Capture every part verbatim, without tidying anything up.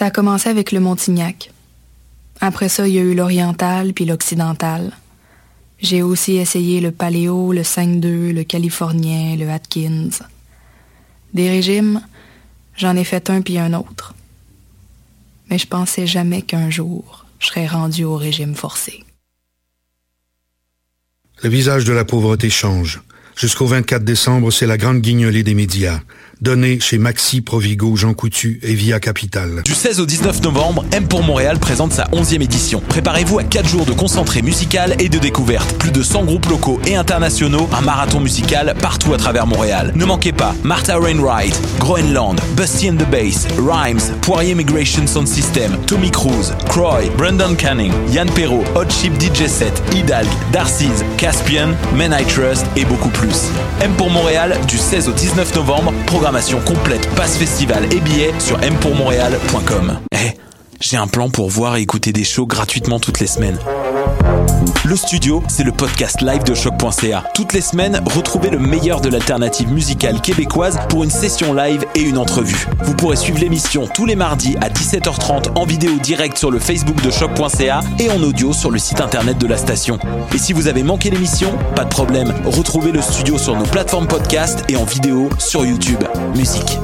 Ça a commencé avec le Montignac. Après ça, il y a eu l'oriental puis l'occidental. J'ai aussi essayé le paléo, le cinq deux, le californien, le Atkins. Des régimes, j'en ai fait un puis un autre. Mais je pensais jamais qu'un jour, je serais rendu au régime forcé. Le visage de la pauvreté change. Jusqu'au vingt-quatre décembre, c'est la grande guignolée des médias. Donné chez Maxi, Provigo, Jean Coutu et Via Capital. Du seize au dix-neuf novembre, M pour Montréal présente sa onzième édition. Préparez-vous à quatre jours de concentré musical et de découverte. Plus de cent groupes locaux et internationaux, un marathon musical partout à travers Montréal. Ne manquez pas Martha Wainwright, Groenland, Busty and the Bass, Rhymes, Poirier Migration Sound System, Tommy Cruise, Croy, Brendan Canning, Yann Perrault, Hot Chip D J Set, Hidalg, Darcy's, Caspian, Men I Trust et beaucoup plus. M pour Montréal du seize au dix-neuf novembre, programmation complète, passe festival et billets sur m pour montréal point com. Eh, hey, j'ai un plan pour voir et écouter des shows gratuitement toutes les semaines. Le studio, c'est le podcast live de choc point c a. Toutes les semaines, retrouvez le meilleur de l'alternative musicale québécoise pour une session live et une entrevue. Vous pourrez suivre l'émission tous les mardis à dix-sept heures trente en vidéo direct sur le Facebook de choc point c a et en audio sur le site internet de la station. Et si vous avez manqué l'émission, pas de problème, retrouvez le studio sur nos plateformes podcast et en vidéo sur YouTube. Musique.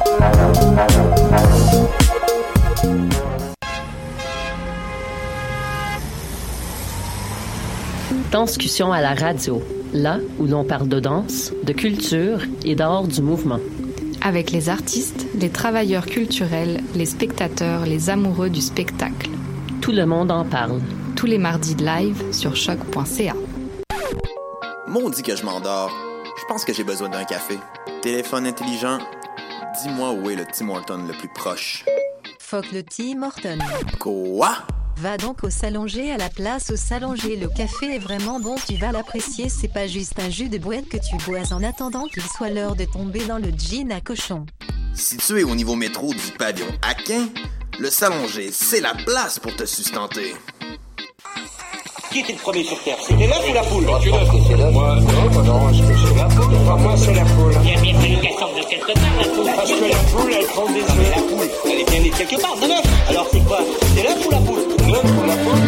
Danscussion à la radio, là où l'on parle de danse, de culture et d'art du mouvement. Avec les artistes, les travailleurs culturels, les spectateurs, les amoureux du spectacle. Tout le monde en parle. Tous les mardis de live sur choc point c a. Maudit que je m'endors. Je pense que j'ai besoin d'un café. Téléphone intelligent, dis-moi où est le Tim Hortons le plus proche. Fuck le Tim Hortons. Quoi? Va donc au Salonger à la place au Salonger. Le café est vraiment bon, tu vas l'apprécier. C'est pas juste un jus de boîte que tu bois en attendant qu'il soit l'heure de tomber dans le gin à cochon. Situé au niveau métro du pavillon Aquin, le Salonger, c'est la place pour te sustenter. Qui était le premier sur Terre? C'était l'œuf ou la poule? Je pense que c'est l'œuf. Moi, non, moi, non, est-ce que c'est la poule? Enfin, moi, c'est la poule. Il y a bien fallu qu'elle sorte de quelque part, la poule. Parce que la poule, elle prend des œufs. Mais la poule, elle est bien née de quelque part, de l'œuf. Alors c'est quoi? C'est l'œuf ou la poule? L'œuf ou la poule?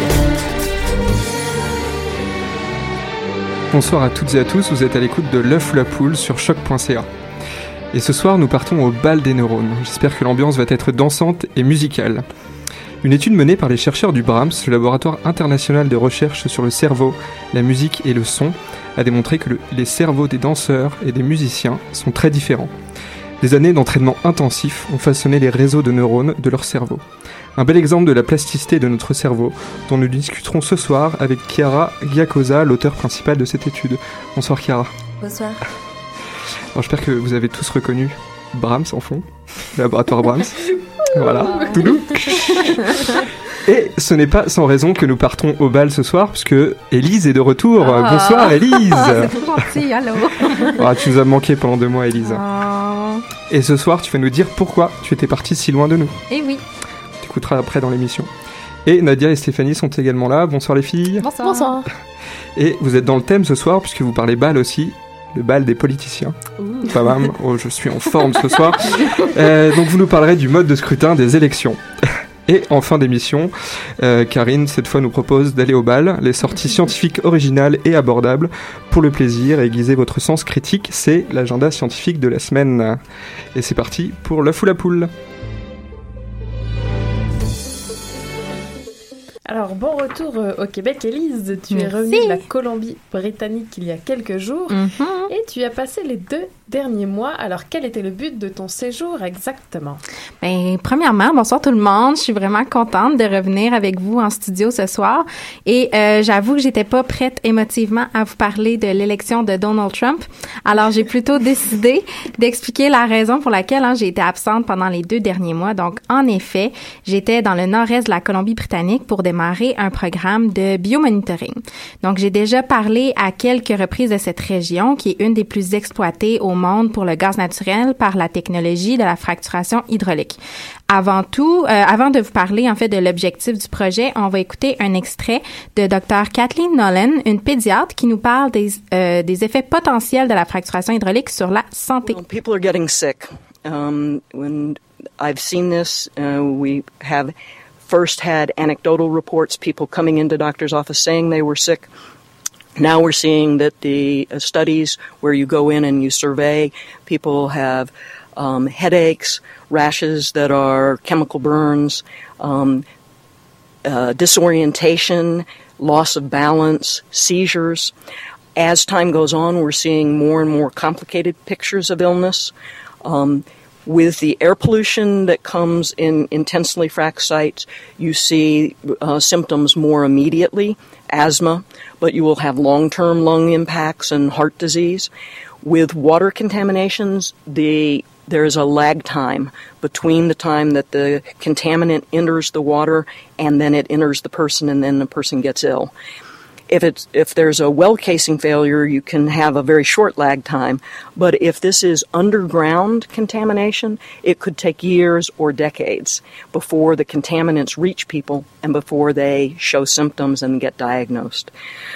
Bonsoir à toutes et à tous, vous êtes à l'écoute de l'œuf ou la poule sur choc point c a. Et ce soir, nous partons au bal des neurones. J'espère que l'ambiance va être dansante et musicale. Une étude menée par les chercheurs du Brahms, le laboratoire international de recherche sur le cerveau, la musique et le son, a démontré que le, les cerveaux des danseurs et des musiciens sont très différents. Des années d'entraînement intensif ont façonné les réseaux de neurones de leur cerveau. Un bel exemple de la plasticité de notre cerveau, dont nous discuterons ce soir avec Chiara Giacosa, l'auteur principal de cette étude. Bonsoir Chiara. Bonsoir. Alors, j'espère que vous avez tous reconnu Brahms en fond, le laboratoire Brahms. Voilà, tout doux. Et ce n'est pas sans raison que nous partons au bal ce soir, puisque Élise est de retour. Ah. Bonsoir Élise. C'est trop gentil, allô. Ah, tu nous as manqué pendant deux mois Élise. Ah. Et ce soir, tu vas nous dire pourquoi tu étais partie si loin de nous. Eh oui. Tu écouteras après dans l'émission. Et Nadia et Stéphanie sont également là. Bonsoir les filles. Bonsoir. Bonsoir. Et vous êtes dans le thème ce soir, puisque vous parlez bal aussi. Le bal des politiciens. Ouh. Pas mal. Oh, je suis en forme ce soir. Euh, donc vous nous parlerez du mode de scrutin des élections. Et en fin d'émission, euh, Karine, cette fois, nous propose d'aller au bal, les sorties scientifiques originales et abordables pour le plaisir et aiguiser votre sens critique. C'est l'agenda scientifique de la semaine. Et c'est parti pour l'œuf ou la poule. Alors, bon retour euh, au Québec, Élise. Tu Merci. es revenue de la Colombie-Britannique il y a quelques jours mm-hmm. et tu as passé les deux derniers mois. Alors, quel était le but de ton séjour exactement? Bien, premièrement, bonsoir tout le monde. Je suis vraiment contente de revenir avec vous en studio ce soir. Et euh, j'avoue que j'étais pas prête émotivement à vous parler de l'élection de Donald Trump. Alors, j'ai plutôt décidé d'expliquer la raison pour laquelle hein, j'ai été absente pendant les deux derniers mois. Donc, en effet, j'étais dans le nord-est de la Colombie-Britannique pour démarrer un programme de biomonitoring. Donc, j'ai déjà parlé à quelques reprises de cette région qui est une des plus exploitées au monde pour le gaz naturel par la technologie de la fracturation hydraulique. Avant tout, euh, avant de vous parler en fait de l'objectif du projet, on va écouter un extrait de Docteur Kathleen Nolan, une pédiatre qui nous parle des, euh, des effets potentiels de la fracturation hydraulique sur la santé. Well, people are getting sick. Um, when I've seen this. Uh, we have first had anecdotal reports, people coming into doctor's office saying they were sick. Now we're seeing that the uh, studies where you go in and you survey, people have um, headaches, rashes that are chemical burns, um, uh, disorientation, loss of balance, seizures. As time goes on, we're seeing more and more complicated pictures of illness. Um, with the air pollution that comes in intensely fracked sites, you see uh, symptoms more immediately, asthma, but you will have long-term lung impacts and heart disease. With water contaminations, the there is a lag time between the time that the contaminant enters the water and then it enters the person and then the person gets ill. If it's if there's a well casing failure, you can have a very short lag time. But if this is underground contamination, it could take years or decades before the contaminants reach people and before they show symptoms and get diagnosed.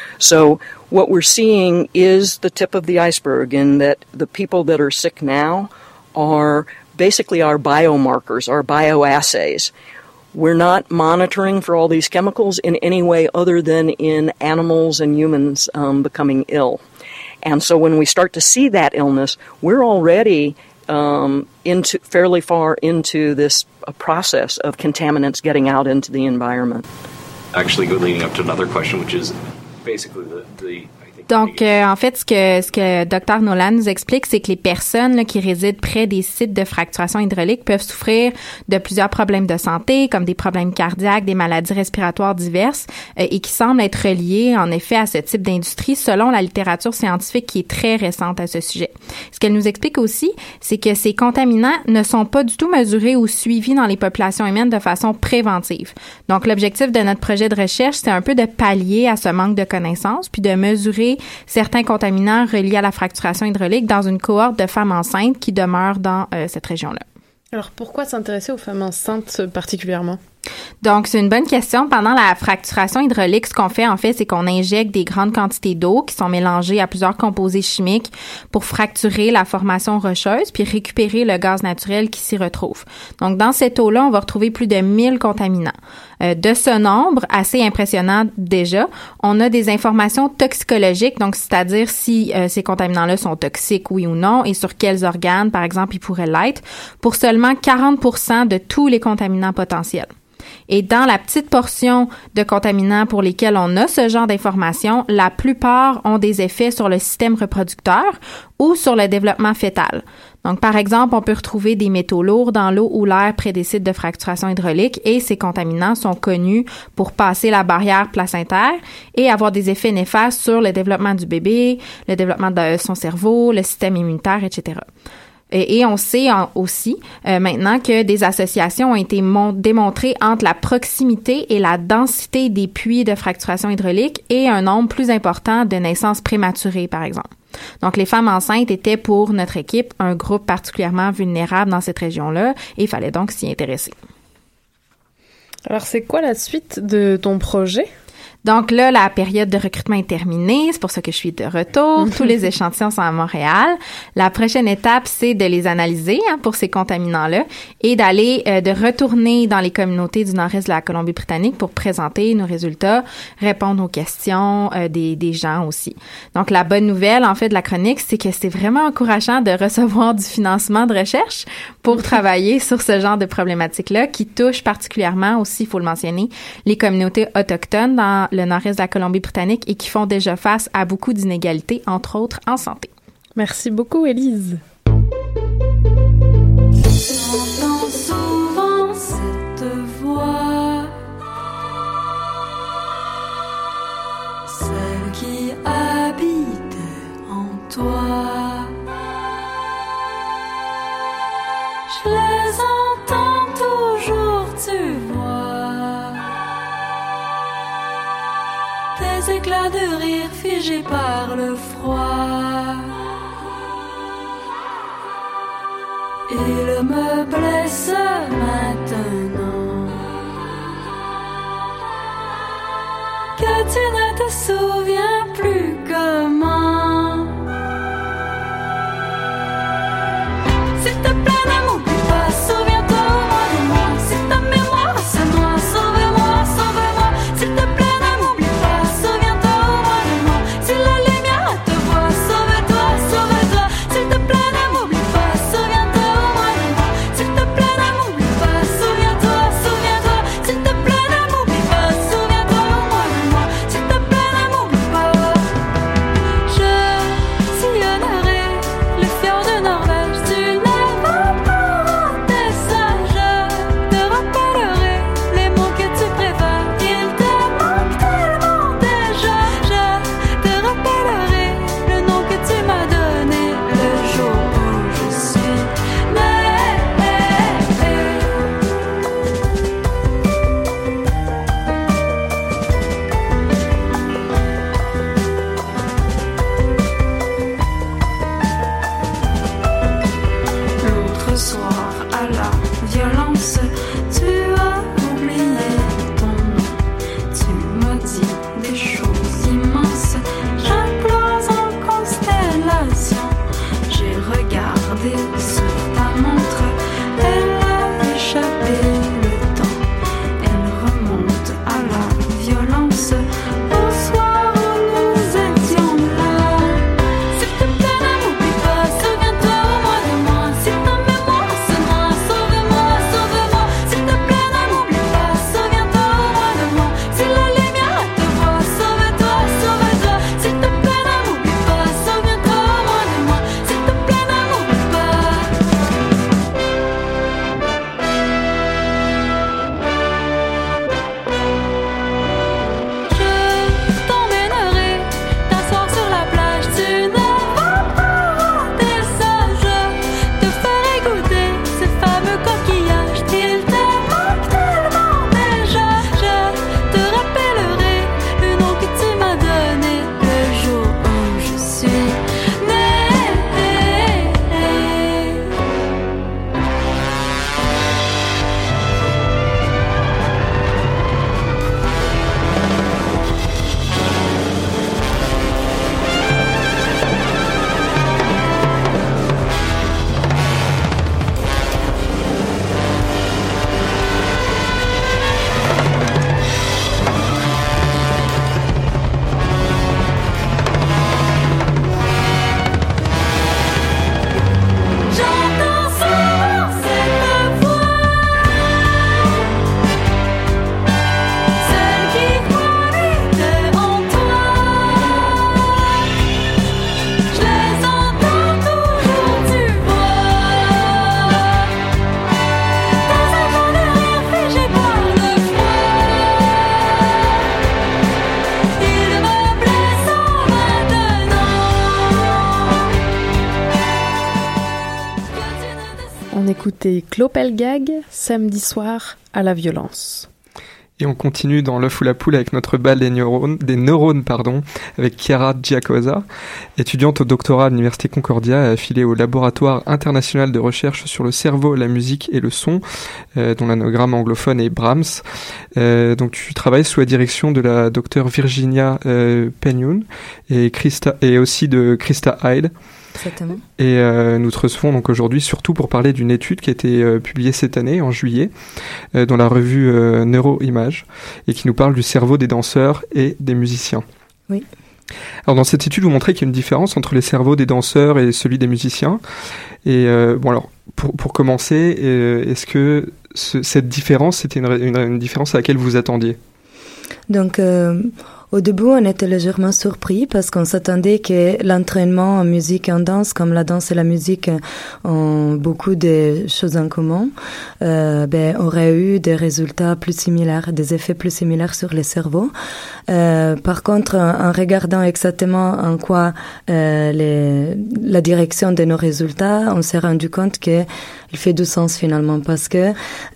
So what we're seeing is the tip of the iceberg in that the people that are sick now are basically our biomarkers, our bioassays. We're not monitoring for all these chemicals in any way other than in animals and humans um, becoming ill. And so when we start to see that illness, we're already um, into fairly far into this uh, process of contaminants getting out into the environment. Actually, leading up to another question, which is basically the, the Donc, euh, en fait, ce que ce que Dr Nolan nous explique, c'est que les personnes là, qui résident près des sites de fracturation hydraulique peuvent souffrir de plusieurs problèmes de santé, comme des problèmes cardiaques, des maladies respiratoires diverses, euh, et qui semblent être reliées, en effet, à ce type d'industrie, selon la littérature scientifique qui est très récente à ce sujet. Ce qu'elle nous explique aussi, c'est que ces contaminants ne sont pas du tout mesurés ou suivis dans les populations humaines de façon préventive. Donc, l'objectif de notre projet de recherche, c'est un peu de pallier à ce manque de connaissances, puis de mesurer certains contaminants reliés à la fracturation hydraulique dans une cohorte de femmes enceintes qui demeurent dans euh, cette région-là. Alors, pourquoi s'intéresser aux femmes enceintes particulièrement? Donc, c'est une bonne question. Pendant la fracturation hydraulique, ce qu'on fait, en fait, c'est qu'on injecte des grandes quantités d'eau qui sont mélangées à plusieurs composés chimiques pour fracturer la formation rocheuse puis récupérer le gaz naturel qui s'y retrouve. Donc, dans cette eau-là, on va retrouver plus de mille contaminants. Euh, de ce nombre, assez impressionnant déjà, on a des informations toxicologiques, donc c'est-à-dire si euh, ces contaminants-là sont toxiques, oui ou non, et sur quels organes, par exemple, ils pourraient l'être, pour seulement quarante pour cent de tous les contaminants potentiels. Et dans la petite portion de contaminants pour lesquels on a ce genre d'informations, la plupart ont des effets sur le système reproducteur ou sur le développement fœtal. Donc, par exemple, on peut retrouver des métaux lourds dans l'eau ou l'air près des sites de fracturation hydraulique et ces contaminants sont connus pour passer la barrière placentaire et avoir des effets néfastes sur le développement du bébé, le développement de son cerveau, le système immunitaire, et cetera. Et on sait en, aussi euh, maintenant que des associations ont été mon- démontrées entre la proximité et la densité des puits de fracturation hydraulique et un nombre plus important de naissances prématurées, par exemple. Donc, les femmes enceintes étaient pour notre équipe un groupe particulièrement vulnérable dans cette région-là et il fallait donc s'y intéresser. Alors, c'est quoi la suite de ton projet? Donc là, la période de recrutement est terminée. C'est pour ça que je suis de retour. Tous les échantillons sont à Montréal. La prochaine étape, c'est de les analyser hein, pour ces contaminants-là et d'aller, euh, de retourner dans les communautés du nord-est de la Colombie-Britannique pour présenter nos résultats, répondre aux questions euh, des, des gens aussi. Donc, la bonne nouvelle, en fait, de la chronique, c'est que c'est vraiment encourageant de recevoir du financement de recherche pour travailler sur ce genre de problématiques-là qui touchent particulièrement aussi, il faut le mentionner, les communautés autochtones dans le nord-est de la Colombie-Britannique et qui font déjà face à beaucoup d'inégalités, entre autres en santé. Merci beaucoup, Élise. J'entends souvent cette voix, celle qui habite en toi. Je les entends toujours, tu vois. Des éclats de rire figés par le froid. Il me blesse maintenant que tu ne te souviens plus comment. S'il te plaît, ne m'oublie pas, souviens-toi à la violence. Tu as oublié ton nom, tu m'as dit des choses immenses. J'implose en constellation. J'ai regardé sur ta montre, elle a échappé le temps. Elle remonte à la violence. Au soir où nous étions là. S'il te plaît, ne m'oublie pas, souviens-toi au moins de moi. Si ta mémoire se noie, sauve-moi, sauve-moi. S'il te plaît, ne m'oublie pas, souviens-toi au moins de moi. Si la lumière te voit, sauve-toi, sauve-toi. S'il te plaît, ne m'oublie pas, souviens-toi au moins de moi. S'il te plaît, ne m'oublie pas. Je t'emmènerai t'asseoir sur la plage. Tu ne vas pas rater ça. Je te ferai goûter ces fameux coquillages. Ils te manquent tellement déjà. Je te rappellerai le nom que tu m'as donné le jour où je suis née. J'entends souvent cette voix, celle qui habite en toi. Je les entends toujours, tu vois. Dans un vent de rire figé par le froid, il me blesse maintenant. On écoutait Clopelgag, samedi soir à la violence. Et on continue dans l'œuf ou la poule avec notre bal des neurones, des neurones pardon, avec Chiara Giacosa, étudiante au doctorat à l'Université Concordia, affiliée au laboratoire international de recherche sur le cerveau, la musique et le son, euh, dont l'anagramme anglophone est Brahms. Euh, donc tu travailles sous la direction de la docteure Virginia euh, Penyoun et, Christa, et aussi de Krista Hyde. Exactement. Et euh, nous te recevons donc aujourd'hui surtout pour parler d'une étude qui a été euh, publiée cette année, en juillet, euh, dans la revue euh, Neuroimage, et qui nous parle du cerveau des danseurs et des musiciens. Oui. Alors dans cette étude, vous montrez qu'il y a une différence entre les cerveaux des danseurs et celui des musiciens. Et euh, bon alors, pour, pour commencer, euh, est-ce que ce, cette différence, c'était une, une, une différence à laquelle vous vous attendiez ? Donc... Euh... Au début, on était légèrement surpris parce qu'on s'attendait que l'entraînement en musique et en danse, comme la danse et la musique ont beaucoup de choses en commun, euh, ben, aurait eu des résultats plus similaires, des effets plus similaires sur les cerveaux. Euh, par contre, en, en regardant exactement en quoi euh, les, la direction de nos résultats, on s'est rendu compte que il fait du sens finalement parce que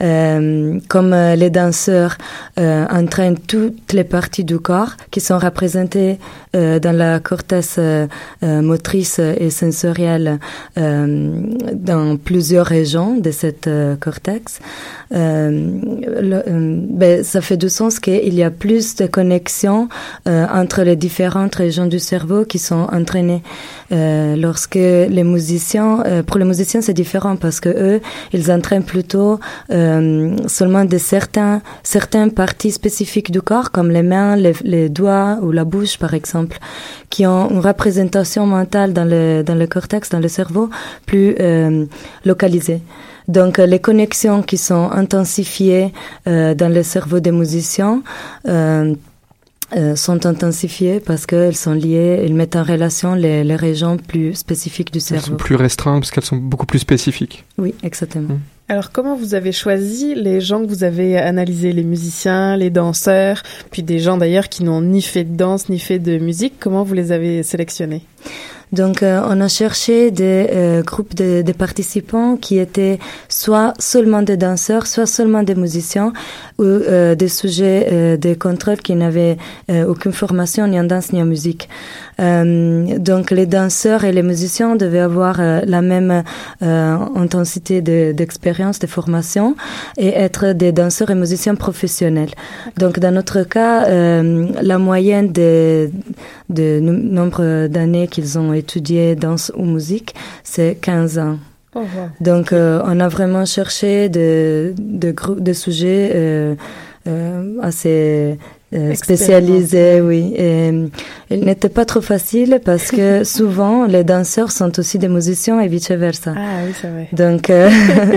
euh, comme les danseurs euh, entraînent toutes les parties du corps qui sont représentées euh, dans la cortex euh, motrice et sensorielle euh, dans plusieurs régions de cette euh, cortex, euh, le, euh, ben, ça fait du sens qu'il y a plus de connexions euh, entre les différentes régions du cerveau qui sont entraînées. Euh, lorsque les musiciens, euh, pour les musiciens c'est différent parce que eux, ils entraînent plutôt euh, seulement de certains certaines parties spécifiques du corps, comme les mains, les, les doigts ou la bouche par exemple, qui ont une représentation mentale dans le dans le cortex, dans le cerveau, plus euh, localisée. Donc les connexions qui sont intensifiées euh, dans le cerveau des musiciens euh, Euh, sont intensifiées parce qu'elles sont liées, elles mettent en relation les, les régions plus spécifiques du cerveau. Elles sont plus restreintes parce qu'elles sont beaucoup plus spécifiques. Oui, exactement. Mmh. Alors comment vous avez choisi les gens que vous avez analysés, les musiciens, les danseurs, puis des gens d'ailleurs qui n'ont ni fait de danse ni fait de musique, comment vous les avez sélectionnés ? Donc, euh, on a cherché des euh, groupes de, de participants qui étaient soit seulement des danseurs, soit seulement des musiciens, ou euh, des sujets euh, de contrôle qui n'avaient euh, aucune formation ni en danse ni en musique. Euh, donc, les danseurs et les musiciens devaient avoir euh, la même euh, intensité de, d'expérience, de formation, et être des danseurs et musiciens professionnels. Donc, dans notre cas, euh, la moyenne de, de nombre d'années qu'ils ont étudié danse ou musique, c'est quinze ans. Oh, wow. Donc, euh, on a vraiment cherché de, de, grou- de sujets euh, euh, assez euh, spécialisés, oui. Et, il n'était pas trop facile parce que souvent, les danseurs sont aussi des musiciens et vice-versa. Ah oui, c'est vrai. Donc, euh,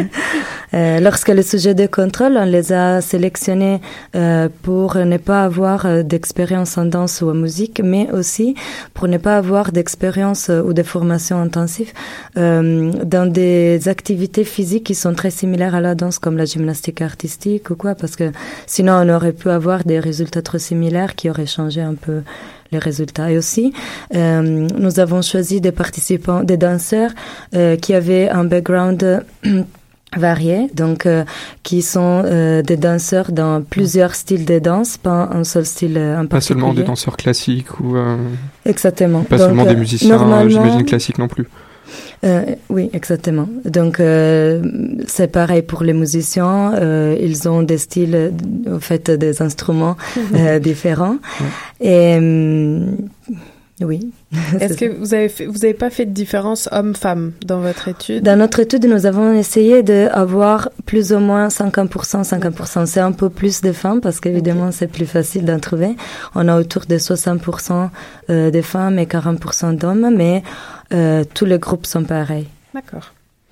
euh, lorsque les sujets de contrôle, on les a sélectionnés euh, pour ne pas avoir euh, d'expérience en danse ou en musique, mais aussi pour ne pas avoir d'expérience euh, ou de formation intensive euh, dans des activités physiques qui sont très similaires à la danse, comme la gymnastique artistique ou quoi, parce que sinon on aurait pu avoir des résultats trop similaires qui auraient changé un peu les résultats. Et aussi, euh, nous avons choisi des participants, des danseurs euh, qui avaient un background euh, varié, donc euh, qui sont euh, des danseurs dans plusieurs styles de danse, pas un seul style euh, en particulier. Pas seulement des danseurs classiques ou... Euh, Exactement. Pas donc, seulement des musiciens, normalement, j'imagine, classiques non plus. Euh, oui, exactement. Donc, euh, c'est pareil pour les musiciens. Euh, ils ont des styles, en fait, des instruments euh, différents. Ouais. Et euh, oui. Est-ce que vous avez fait, vous avez pas fait de différence homme-femme dans votre étude? Dans notre étude, nous avons essayé d'avoir plus ou moins cinquante pour cent, cinquante pour cent. C'est un peu plus de femmes parce qu'évidemment, okay. c'est plus facile d'en trouver. On a autour de soixante pour cent de femmes et quarante pour cent d'hommes, mais euh, tous les groupes sont pareils. D'accord.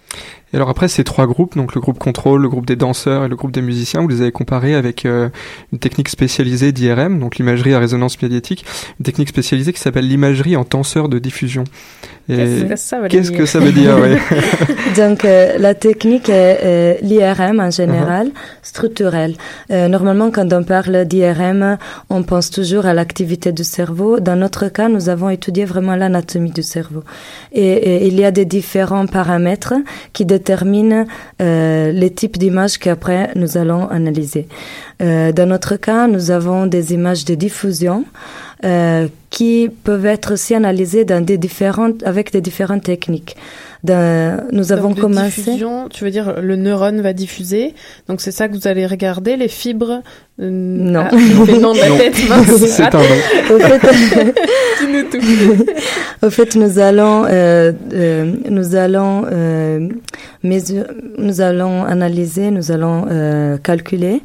Et alors après ces trois groupes, donc le groupe contrôle, le groupe des danseurs et le groupe des musiciens, vous les avez comparés avec euh, une technique spécialisée d'I R M, donc l'imagerie à résonance médiatique, une technique spécialisée qui s'appelle l'imagerie en tenseur de diffusion. Et qu'est-ce que ça veut qu'est-ce dire que ça veut dire oui. Donc euh, la technique est euh, l'I R M en général, uh-huh. structurelle. Euh, normalement, quand on parle d'I R M, on pense toujours à l'activité du cerveau. Dans notre cas, nous avons étudié vraiment l'anatomie du cerveau. Et, et il y a des différents paramètres qui déterminent euh, les types d'images qu'après nous allons analyser. Euh, dans notre cas, nous avons des images de diffusion euh, qui peuvent être aussi analysées dans des différentes, avec des différentes techniques. Dans, nous donc avons de commencé. Diffusion, tu veux dire le neurone va diffuser, donc c'est ça que vous allez regarder, les fibres. Euh, non. Ah, le nom de la non. tête. C'est un nom. Au fait, dis-nous tout. Au fait, nous allons, euh, euh, nous allons, euh, mesure, nous allons analyser, nous allons euh, calculer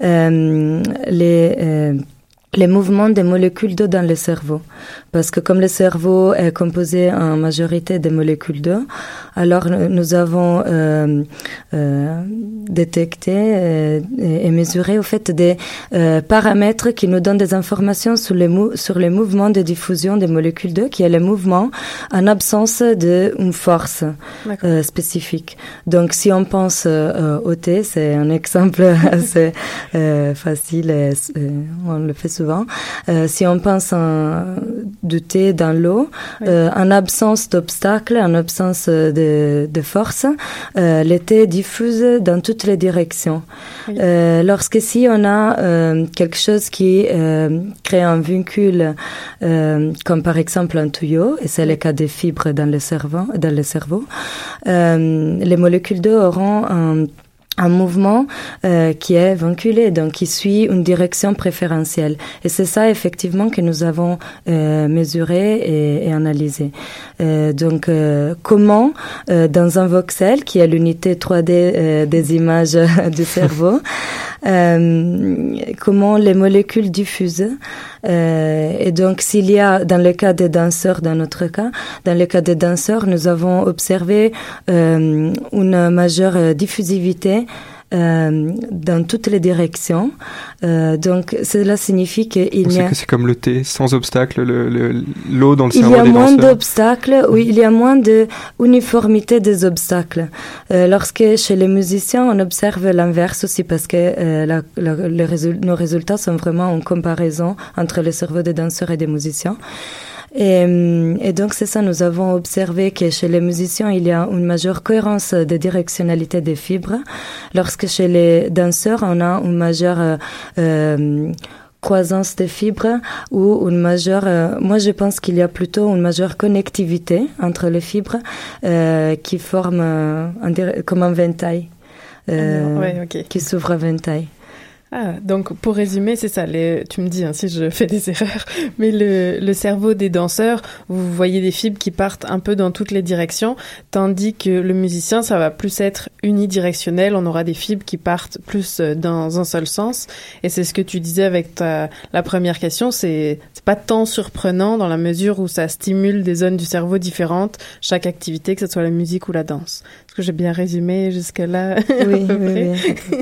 euh, les euh, les mouvements des molécules d'eau dans le cerveau. Parce que comme le cerveau est composé en majorité de molécules d'eau, alors nous avons euh, euh, détecté euh, et mesuré au fait des euh, paramètres qui nous donnent des informations sur les, mou- sur les mouvements de diffusion des molécules d'eau, qui est le mouvement en absence d'une force euh, spécifique. Donc si on pense euh, au thé, c'est un exemple assez euh, facile, et, euh, on le fait souvent. Euh, si on pense en, du thé dans l'eau, oui. euh, en absence d'obstacles, en absence de, de force, euh, le thé diffuse dans toutes les directions. Oui. Euh, lorsque si on a euh, quelque chose qui euh, crée un vincule, euh, comme par exemple un tuyau, et c'est oui. le cas des fibres dans le cerveau, dans le cerveau, euh, les molécules d'eau auront un un mouvement euh, qui est vinculé, donc qui suit une direction préférentielle. Et c'est ça, effectivement, que nous avons euh, mesuré et, et analysé. Euh, donc, euh, comment, euh, dans un voxel, qui est l'unité trois D euh, des images du cerveau, euh, comment les molécules diffusent. Euh, et donc, s'il y a, dans le cas des danseurs, dans notre cas, dans le cas des danseurs, nous avons observé euh, une majeure diffusivité Euh, dans toutes les directions. Euh, donc, cela signifie qu'il n'y a... C'est comme le thé, sans obstacle, le, le, l'eau dans le cerveau des danseurs. Il y a moins d'obstacles, oui, il y a moins d'uniformité des obstacles. Euh, lorsque chez les musiciens, on observe l'inverse aussi parce que euh, la, la, les résul- nos résultats sont vraiment en comparaison entre les cerveaux des danseurs et des musiciens. Et, et donc c'est ça, nous avons observé que chez les musiciens, il y a une majeure cohérence de directionnalité des fibres, lorsque chez les danseurs, on a une majeure euh, euh, croissance des fibres ou une majeure, euh, moi je pense qu'il y a plutôt une majeure connectivité entre les fibres euh, qui forment euh, un, comme un ventail, euh, ah, ouais, okay. qui s'ouvre un ventail. Ah, donc pour résumer, c'est ça, les, tu me dis hein, si je fais des erreurs, mais le, le cerveau des danseurs, vous voyez des fibres qui partent un peu dans toutes les directions, tandis que le musicien, ça va plus être unidirectionnel, on aura des fibres qui partent plus dans un seul sens, et c'est ce que tu disais avec ta, la première question, c'est, c'est pas tant surprenant dans la mesure où ça stimule des zones du cerveau différentes, chaque activité, que ce soit la musique ou la danse. Est-ce que j'ai bien résumé jusque-là? Oui, oui, oui.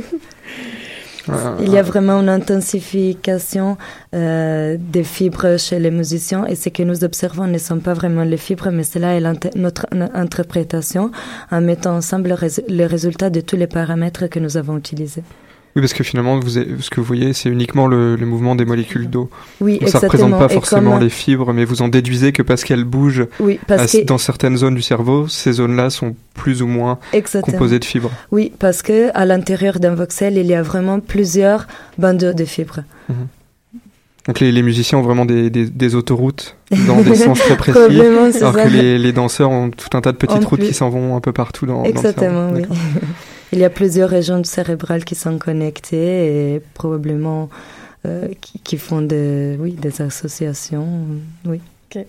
Il y a vraiment une intensification euh, des fibres chez les musiciens et ce que nous observons ne sont pas vraiment les fibres, mais cela est notre interprétation en mettant ensemble le, rés- le résultat de tous les paramètres que nous avons utilisés. Oui, parce que finalement, vous avez, ce que vous voyez, c'est uniquement le, le mouvement des molécules d'eau. Oui, donc, exactement. ça ne représente pas forcément comme... les fibres, mais vous en déduisez que parce qu'elles bougent oui, parce à, que... dans certaines zones du cerveau, ces zones-là sont plus ou moins exactement. Composées de fibres. Oui, parce que à l'intérieur d'un voxel, il y a vraiment plusieurs bandeaux de fibres. Mmh. Donc les, les musiciens ont vraiment des, des, des autoroutes dans des sens très précis, alors ça. que les, les danseurs ont tout un tas de petites en routes plus... qui s'en vont un peu partout dans, exactement, dans le cerveau. Oui. Il y a plusieurs régions cérébrales qui sont connectées et probablement euh, qui, qui font des, oui, des associations. Oui. Okay.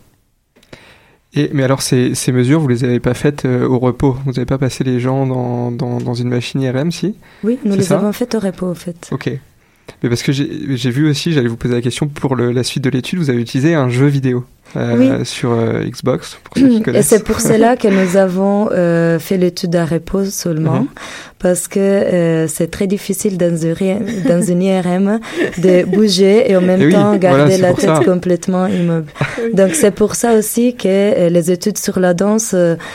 Et, mais alors, ces, ces mesures, vous les avez pas faites euh, au repos? Vous n'avez pas passé les gens dans, dans, dans une machine I R M, si? Oui, nous C'est les ça avons faites au repos, en fait. Ok. Mais parce que j'ai, j'ai vu aussi, j'allais vous poser la question, pour le, la suite de l'étude, vous avez utilisé un jeu vidéo euh, oui. sur euh, Xbox, pour ceux qui connaissent. Et c'est pour cela que nous avons euh, fait l'étude à repos seulement, mm-hmm. parce que euh, c'est très difficile dans une, dans une I R M de bouger et en même et temps oui, garder voilà, la tête ça. complètement immobile. Donc c'est pour ça aussi que euh, les études sur la danse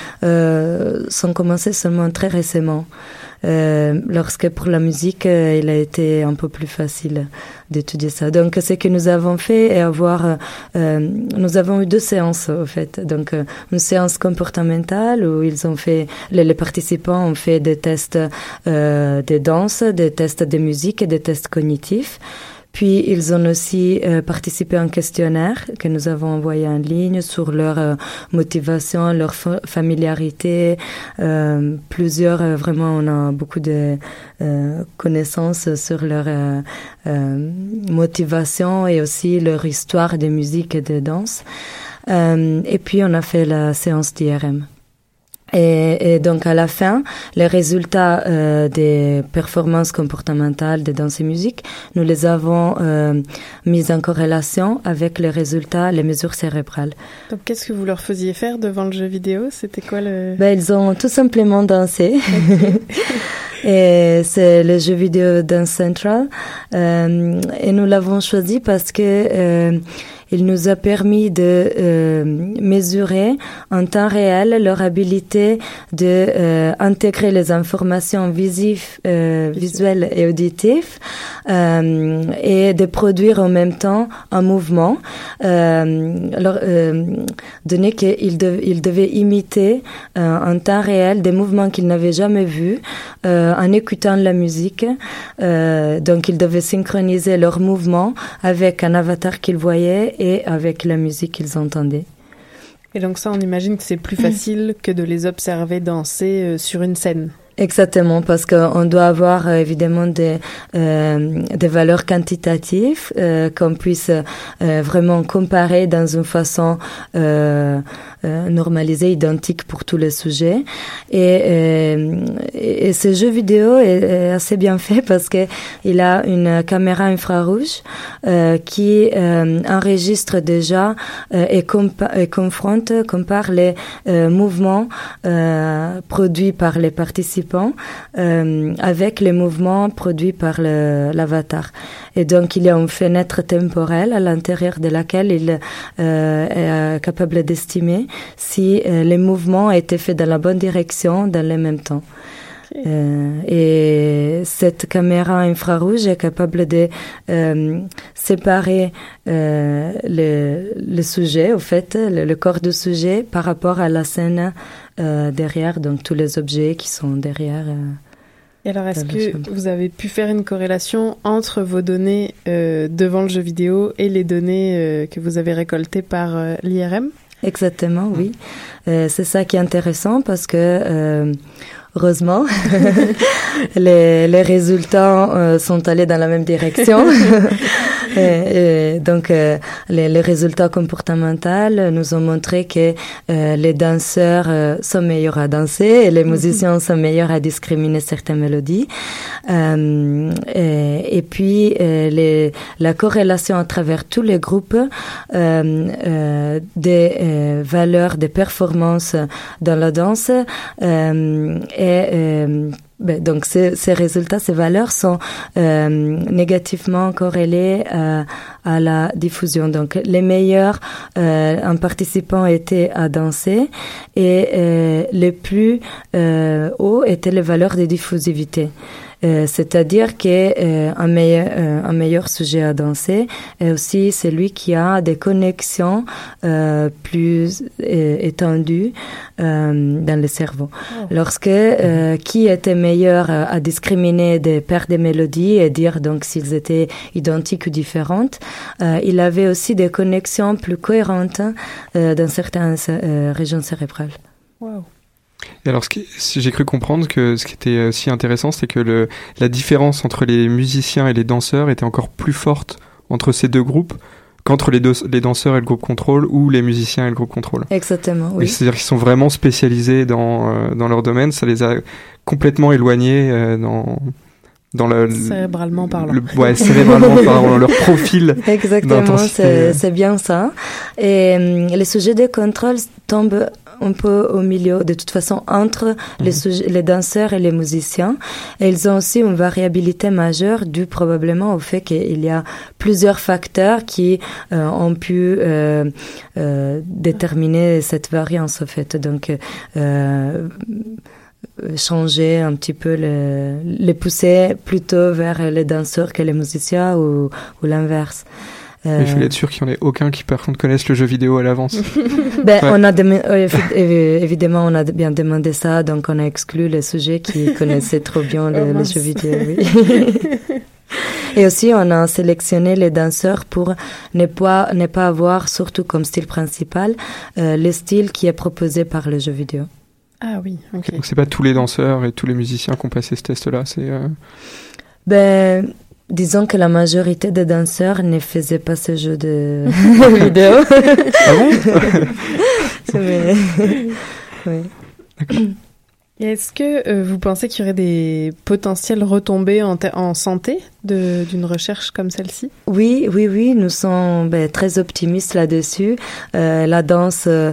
euh, sont commencées seulement très récemment. Euh, lorsque pour la musique, euh, il a été un peu plus facile d'étudier ça. Donc, ce que nous avons fait est avoir, euh, nous avons eu deux séances, au fait. Donc, euh, une séance comportementale où ils ont fait, les, les participants ont fait des tests euh, de danse, des tests de musique et des tests cognitifs. Puis, ils ont aussi euh, participé à un questionnaire que nous avons envoyé en ligne sur leur euh, motivation, leur fa- familiarité. Euh, plusieurs, euh, vraiment, on a beaucoup de euh, connaissances sur leur euh, euh, motivation et aussi leur histoire de musique et de danse. Euh, et puis, on a fait la séance d'I R M. Et, et donc, à la fin, les résultats euh, des performances comportementales de danse et musique, nous les avons euh, mis en corrélation avec les résultats, les mesures cérébrales. Donc, qu'est-ce que vous leur faisiez faire devant le jeu vidéo? C'était quoi le... Ben, ils ont tout simplement dansé. Okay. Et c'est le jeu vidéo Dance Central. Euh, et nous l'avons choisi parce que euh, il nous a permis de euh, mesurer en temps réel leur habilité de euh, intégrer les informations visives, euh, visuelles et auditives euh, et de produire en même temps un mouvement. Euh, alors, euh, donné qu'ils de, ils devaient imiter euh, en temps réel des mouvements qu'ils n'avaient jamais vus euh, en écoutant la musique. Euh, donc, ils devaient synchroniser leurs mouvements avec un avatar qu'ils voyaient et avec la musique qu'ils entendaient. Et donc ça, on imagine que c'est plus facile que de les observer danser euh, sur une scène. Exactement, parce qu'on doit avoir euh, évidemment des, euh, des valeurs quantitatives euh, qu'on puisse euh, vraiment comparer dans une façon euh, euh, normalisée, identique pour tous les sujets. Et, euh, et, et ce jeu vidéo est, est assez bien fait parce que il a une caméra infrarouge euh, qui euh, enregistre déjà euh, et, compa- et confronte, compare les euh, mouvements euh, produits par les participants Euh, avec les mouvements produits par le, l'avatar. Et donc, il y a une fenêtre temporelle à l'intérieur de laquelle il euh, est capable d'estimer si euh, les mouvements étaient faits dans la bonne direction dans le même temps. Okay. Euh, et cette caméra infrarouge est capable de euh, séparer euh, le, le sujet, au fait, le, le corps du sujet par rapport à la scène euh, derrière, donc tous les objets qui sont derrière. Euh, Et alors, est-ce que vous avez pu faire une corrélation entre vos données euh, devant le jeu vidéo et les données euh, que vous avez récoltées par euh, l'I R M ? Exactement, oui. Euh, c'est ça qui est intéressant parce que, euh, heureusement, les, les résultats euh, sont allés dans la même direction. et, et donc, euh, les, les résultats comportementaux nous ont montré que euh, les danseurs euh, sont meilleurs à danser et les musiciens sont meilleurs à discriminer certaines mélodies. Euh, et, et puis, euh, les, la corrélation à travers tous les groupes euh, euh, des euh, valeurs, des performances dans la danse euh, et euh, ben, donc ces, ces résultats, ces valeurs sont euh, négativement corrélés euh, à la diffusion. Donc les meilleurs euh, en participant étaient à danser et euh, les plus euh, hauts étaient les valeurs de diffusivité. Euh, c'est-à-dire que euh, un meilleur euh, un meilleur sujet à danser est aussi celui qui a des connexions euh, plus euh, étendues euh, dans le cerveau. Oh. Lorsque euh, qui était meilleur à, à discriminer des paires de mélodies et dire donc s'ils étaient identiques ou différentes, euh, il avait aussi des connexions plus cohérentes euh, dans certaines euh, régions cérébrales. Wow. Et alors, ce qui, si j'ai cru comprendre que ce qui était aussi intéressant, c'est que le, la différence entre les musiciens et les danseurs était encore plus forte entre ces deux groupes qu'entre les, deux, les danseurs et le groupe contrôle ou les musiciens et le groupe contrôle. Exactement, oui. Et c'est-à-dire qu'ils sont vraiment spécialisés dans, euh, dans leur domaine, ça les a complètement éloignés euh, dans... Dans le, cérébralement parlant. Le, ouais, cérébralement parlant, leur profil. Exactement, c'est, c'est bien ça. Et euh, les sujets de contrôle tombent un peu au milieu, de toute façon, entre mmh. les, sujets, les danseurs et les musiciens. Et ils ont aussi une variabilité majeure due probablement au fait qu'il y a plusieurs facteurs qui euh, ont pu euh, euh, déterminer cette variance, au fait. Donc, euh, changer un petit peu, le, les pousser plutôt vers les danseurs que les musiciens ou, ou l'inverse. Euh... Mais il fallait être sûr qu'il n'y en ait aucun qui par contre connaisse le jeu vidéo à l'avance. ben, ouais. on a dem- évidemment, on a bien demandé ça, donc on a exclu les sujets qui connaissaient trop bien le, oh, le jeu vidéo. Oui. Et aussi, on a sélectionné les danseurs pour ne pas, ne pas avoir, surtout comme style principal, euh, le style qui est proposé par le jeu vidéo. Ah oui, ok. Okay, donc c'est pas tous les danseurs et tous les musiciens qui ont passé ce test-là, c'est... Euh... Ben, disons que la majorité des danseurs ne faisaient pas ce jeu de vidéo. Ah bon? Mais... oui. D'accord. Et est-ce que euh, vous pensez qu'il y aurait des potentielles retombées en, te- en santé de, d'une recherche comme celle-ci? Oui, oui, oui, nous sommes ben, très optimistes là-dessus. Euh, la danse euh,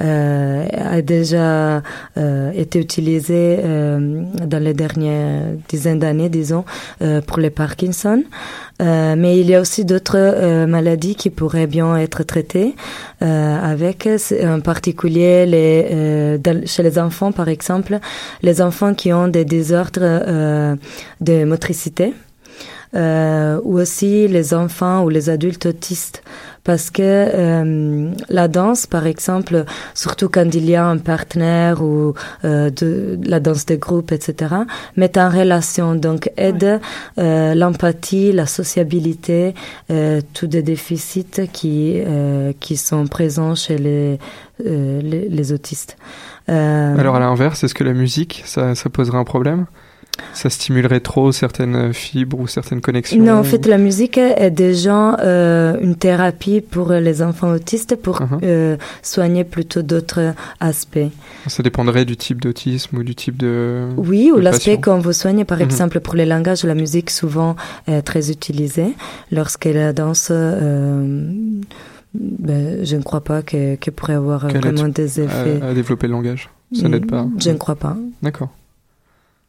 a déjà euh, été utilisée euh, dans les dernières dizaines d'années, disons, euh, pour les Parkinson. Euh, mais il y a aussi d'autres euh, maladies qui pourraient bien être traitées euh, avec, en particulier les, euh, dans, chez les enfants, par exemple, les enfants qui ont des désordres euh, de motricité. Euh, ou aussi les enfants ou les adultes autistes, parce que euh, la danse, par exemple, surtout quand il y a un partenaire ou euh, de, la danse de groupe, et cetera, met en relation, donc aide ouais. euh, l'empathie, la sociabilité, euh, tous des déficits qui euh, qui sont présents chez les euh, les, les autistes. Euh, Alors à l'inverse, est-ce que la musique, ça, ça poserait un problème ? Ça stimulerait trop certaines fibres ou certaines connexions? Non, en fait, la musique est déjà euh, une thérapie pour les enfants autistes pour uh-huh. euh, soigner plutôt d'autres aspects. Ça dépendrait du type d'autisme ou du type de... Oui, de ou l'aspect passion. qu'on veut soigner. Par uh-huh. exemple, pour les langages, la musique souvent est très utilisée. Lorsque la danse... Euh, ben, je ne crois pas qu'elle que pourrait avoir Qu'elle vraiment des effets... À, à développer le langage, ça mmh, n'aide pas. Je ne crois pas. D'accord.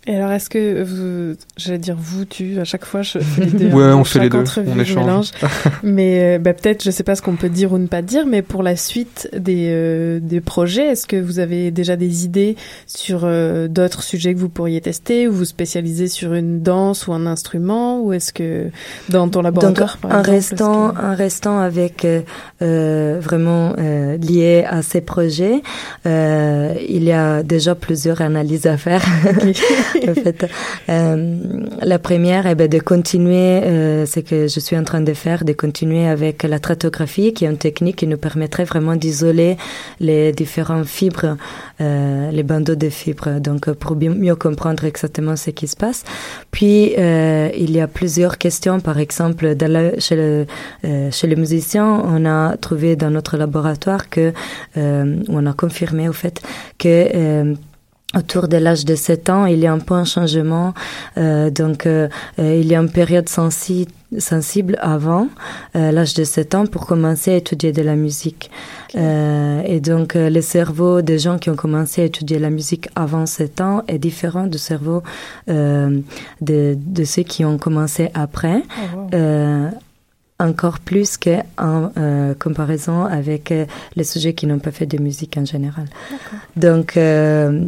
Et alors, est-ce que vous, j'allais dire vous, tu, à chaque fois, je fais les deux. Ouais, hein, on fait les deux, on je échange. mélange. Mais euh, bah, peut-être, je sais pas ce qu'on peut dire ou ne pas dire, mais pour la suite des, euh, des projets, est-ce que vous avez déjà des idées sur euh, d'autres sujets que vous pourriez tester, ou vous spécialisez sur une danse ou un instrument, ou est-ce que dans ton laboratoire, Donc, par en exemple, restant, que... en restant avec euh, euh, vraiment euh, lié à ces projets, euh, il y a déjà plusieurs analyses à faire. Okay. En fait, euh, la première est ben, de continuer, euh, ce que je suis en train de faire, de continuer avec la stratographie, qui est une technique qui nous permettrait vraiment d'isoler les différentes fibres, euh, les bandeaux de fibres, donc pour bien, mieux comprendre exactement ce qui se passe. Puis, euh, il y a plusieurs questions, par exemple, dans la, chez, le, euh, chez les musiciens, on a trouvé dans notre laboratoire que, euh, on a confirmé au fait que euh, autour de l'âge de sept ans, il y a un peu un changement. Euh, donc, euh, il y a une période sensi- sensible avant euh, l'âge de sept ans pour commencer à étudier de la musique. Okay. Euh, et donc, euh, le cerveau des gens qui ont commencé à étudier la musique avant sept ans est différent du cerveau euh, de, de ceux qui ont commencé après. Oh, wow. euh, encore plus qu'en euh, comparaison avec euh, les sujets qui n'ont pas fait de musique en général. D'accord. Donc, euh,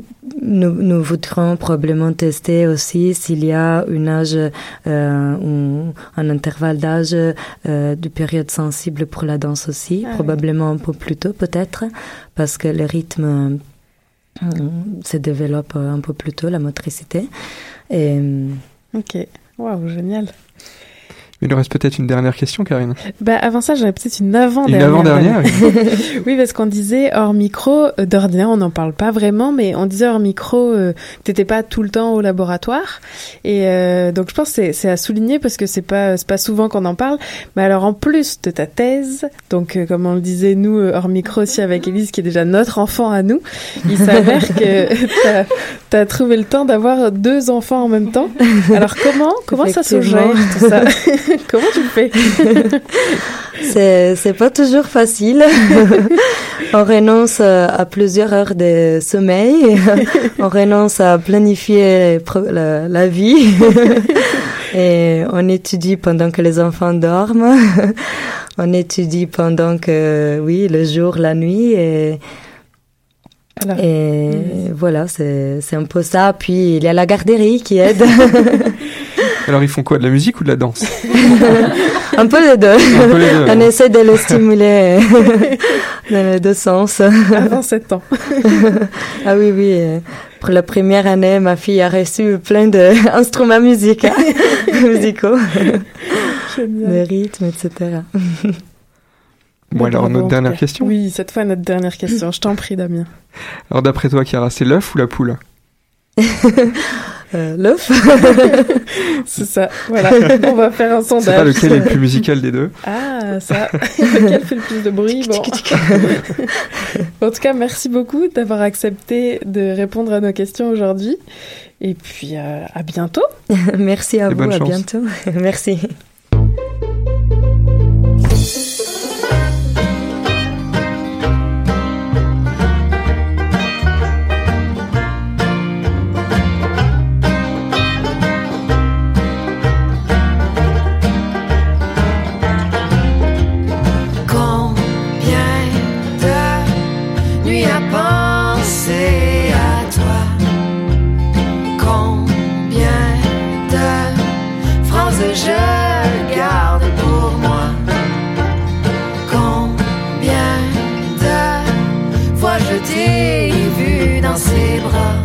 nous, nous voudrons probablement tester aussi s'il y a un âge, euh, ou un intervalle d'âge euh, de période sensible pour la danse aussi, ah, probablement oui. un peu plus tôt peut-être, parce que le rythme euh, se développe un peu plus tôt, la motricité. Et, ok, waouh, génial. Il nous reste peut-être une dernière question, Karine. Bah, avant ça, j'avais peut-être une avant-dernière. Une avant-dernière, oui. Oui, parce qu'on disait hors micro, euh, d'ordinaire, on n'en parle pas vraiment, mais on disait hors micro euh, que t'étais pas tout le temps au laboratoire. Et euh, donc, je pense que c'est, c'est à souligner parce que c'est pas, c'est pas souvent qu'on en parle. Mais alors, en plus de ta thèse, donc, euh, comme on le disait, nous, euh, hors micro aussi avec Élise, qui est déjà notre enfant à nous, il s'avère que t'as, t'as trouvé le temps d'avoir deux enfants en même temps. Alors, comment, comment ça se gère, tout ça? Comment tu le fais? c'est, c'est pas toujours facile. On renonce à plusieurs heures de sommeil. On renonce à planifier la, la vie. Et on étudie pendant que les enfants dorment. On étudie pendant que, oui, le jour, la nuit. Et, Alors, et mmh. voilà, c'est, c'est un peu ça. Puis il y a la garderie qui aide. Alors, ils font quoi, de la musique ou de la danse? Un peu les deux. Un peu les deux. On essaie de les stimuler dans les deux sens. Avant sept ans. Ah oui, oui. Pour la première année, ma fille a reçu plein d'instruments musicaux, musicaux, de rythmes, et cetera. Bon, alors, bravo, notre dernière question. Oui, cette fois, notre dernière question. Je t'en prie, Damien. Alors, d'après toi, Chiara, c'est l'œuf ou la poule? Euh, l'œuf. C'est ça, voilà. On va faire un sondage. C'est pas lequel est le plus musical des deux. Ah, ça. Lequel fait le plus de bruit? Bon. En tout cas, merci beaucoup d'avoir accepté de répondre à nos questions aujourd'hui. Et puis, euh, à bientôt. Merci à Et vous, à chance. bientôt. Merci. Je garde pour moi. Combien de fois je t'ai vu dans ses bras.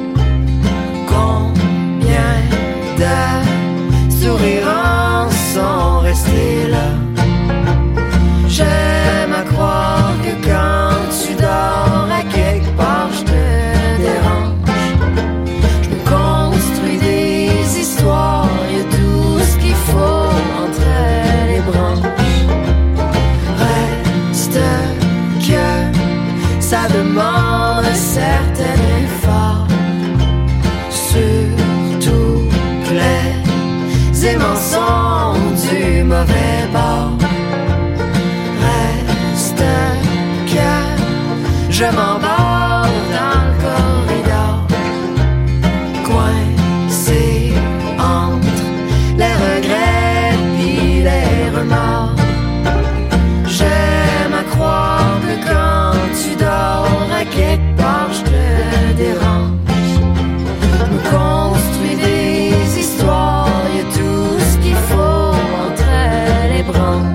Combien de sourires en sont restés là. J'aime à croire que quand tu dors à quelque part je te dérange. Je me construis des histoires. Entre les branches, reste que ça demande un certain effort, surtout que les aimants sont du mauvais bord. Reste que je m'embarque dans le corridor. ventre, les regrets puis les remords. J'aime à croire que quand tu dors à quelque part, je te dérange. Me construis des histoires, y a tout ce qu'il faut entre les branches.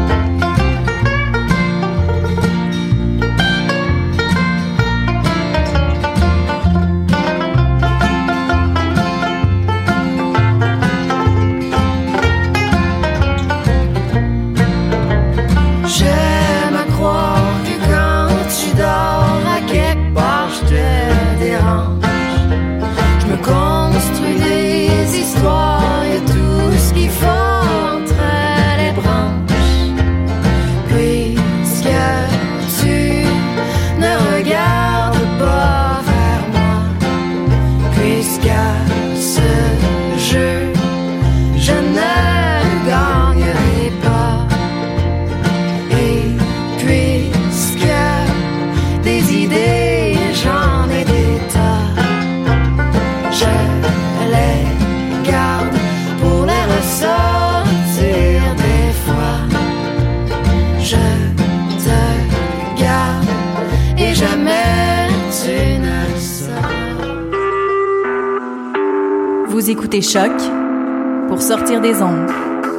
J'aime à croire que quand tu dors à quelque part, je te dérange. Je me construis des histoires, y a tout ce qu'il faut entre les branches. Puisque tu ne regardes pas vers moi, puisqu'à ce jeu, je ne gagnerai pas. Et puisque des idées, j'en ai des tas, je les garde pour les ressortir des fois. Je te garde et jamais tu ne sors. Vous écoutez Choc pour sortir des ondes.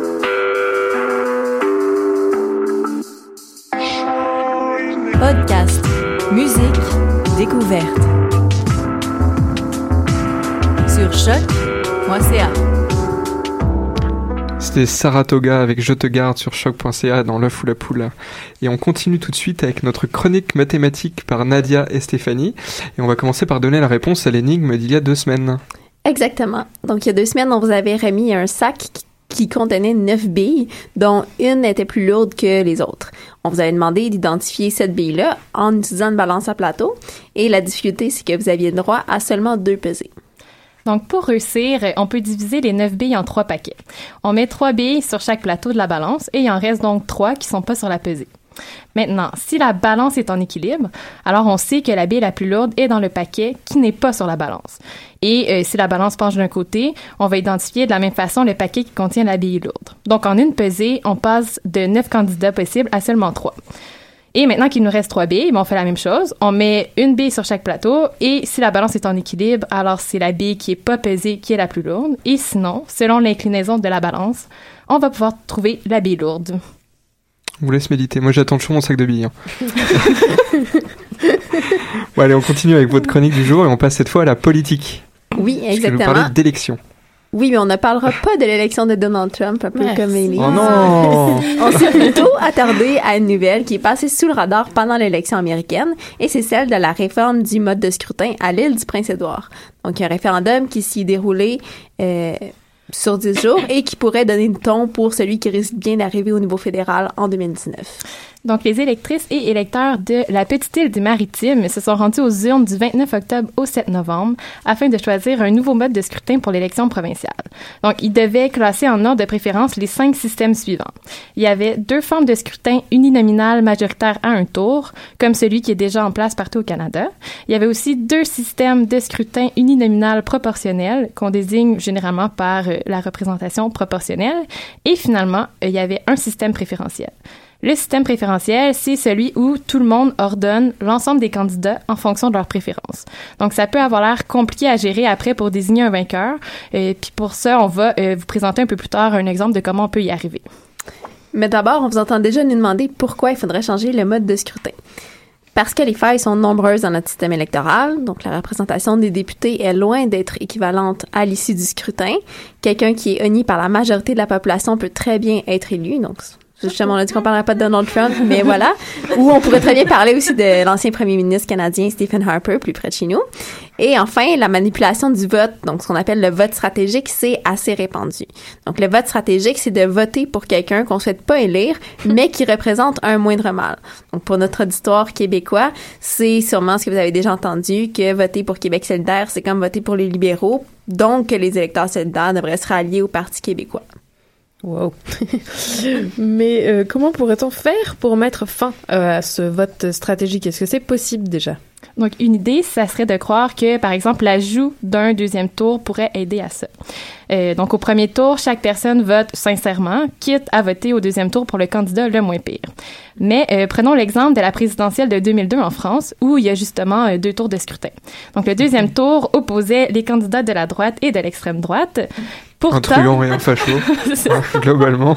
Podcast, musique, découverte. Sur choc point c a. C'était Saratoga avec Je te garde sur choc point c a dans l'œuf ou la poule. Et on continue tout de suite avec notre chronique mathématique par Nadia et Stéphanie. Et on va commencer par donner la réponse à l'énigme d'il y a deux semaines. Exactement. Donc, il y a deux semaines, on vous avait remis un sac qui qui contenait neuf billes, dont une était plus lourde que les autres. On vous avait demandé d'identifier cette bille-là en utilisant une balance à plateau, et la difficulté, c'est que vous aviez droit à seulement deux pesées. Donc, pour réussir, on peut diviser les neuf billes en trois paquets. On met trois billes sur chaque plateau de la balance, et il en reste donc trois qui sont pas sur la pesée. Maintenant, si la balance est en équilibre, alors on sait que la bille la plus lourde est dans le paquet qui n'est pas sur la balance. Et euh, si la balance penche d'un côté, on va identifier de la même façon le paquet qui contient la bille lourde. Donc, en une pesée, on passe de neuf candidats possibles à seulement trois. Et maintenant qu'il nous reste trois billes, on fait la même chose. On met une bille sur chaque plateau et si la balance est en équilibre, alors c'est la bille qui est pas pesée qui est la plus lourde. Et sinon, selon l'inclinaison de la balance, on va pouvoir trouver la bille lourde. On vous laisse méditer. Moi, j'attends toujours mon sac de billes. Hein. Bon, allez, on continue avec votre chronique du jour et on passe cette fois à la politique. Oui, exactement. Parce que vous parlez d'élections. Oui, mais on ne parlera pas de l'élection de Donald Trump, un peu Merci. comme Ellie. Oh non! On s'est plutôt attardé à une nouvelle qui est passée sous le radar pendant l'élection américaine, et c'est celle de la réforme du mode de scrutin à l'île du Prince-Édouard. Donc, il y a un référendum qui s'y est déroulé euh, sur dix jours et qui pourrait donner le ton pour celui qui risque bien d'arriver au niveau fédéral en deux mille dix-neuf. Donc, les électrices et électeurs de la petite île du Maritime se sont rendus aux urnes du vingt-neuf octobre au sept novembre afin de choisir un nouveau mode de scrutin pour l'élection provinciale. Donc, ils devaient classer en ordre de préférence les cinq systèmes suivants. Il y avait deux formes de scrutin uninominal majoritaire à un tour, comme celui qui est déjà en place partout au Canada. Il y avait aussi deux systèmes de scrutin uninominal proportionnel, qu'on désigne généralement par euh, la représentation proportionnelle. Et finalement, euh, il y avait un système préférentiel. Le système préférentiel, c'est celui où tout le monde ordonne l'ensemble des candidats en fonction de leurs préférences. Donc, ça peut avoir l'air compliqué à gérer après pour désigner un vainqueur. Et puis pour ça, on va euh, vous présenter un peu plus tard un exemple de comment on peut y arriver. Mais d'abord, on vous entend déjà nous demander pourquoi il faudrait changer le mode de scrutin. Parce que les failles sont nombreuses dans notre système électoral, donc la représentation des députés est loin d'être équivalente à l'issue du scrutin. Quelqu'un qui est honni par la majorité de la population peut très bien être élu, donc justement, on a dit qu'on parlerait pas de Donald Trump, mais voilà. Ou on pourrait très bien parler aussi de l'ancien premier ministre canadien Stephen Harper, plus près de chez nous. Et enfin, la manipulation du vote, donc ce qu'on appelle le vote stratégique, c'est assez répandu. Donc le vote stratégique, c'est de voter pour quelqu'un qu'on souhaite pas élire, mais qui représente un moindre mal. Donc pour notre auditoire québécois, c'est sûrement ce que vous avez déjà entendu, que voter pour Québec solidaire, c'est comme voter pour les libéraux, donc que les électeurs solidaires devraient se rallier au Parti québécois. Wow. Mais euh, comment pourrait-on faire pour mettre fin euh, à ce vote stratégique? Est-ce que c'est possible déjà? Donc, une idée, ça serait de croire que, par exemple, l'ajout d'un deuxième tour pourrait aider à ça. Euh, donc, au premier tour, chaque personne vote sincèrement, quitte à voter au deuxième tour pour le candidat le moins pire. Mais euh, prenons l'exemple de la présidentielle de deux mille deux en France, où il y a justement euh, deux tours de scrutin. Donc, le deuxième tour opposait les candidats de la droite et de l'extrême droite. Pourtant... Un truand et un facho, globalement.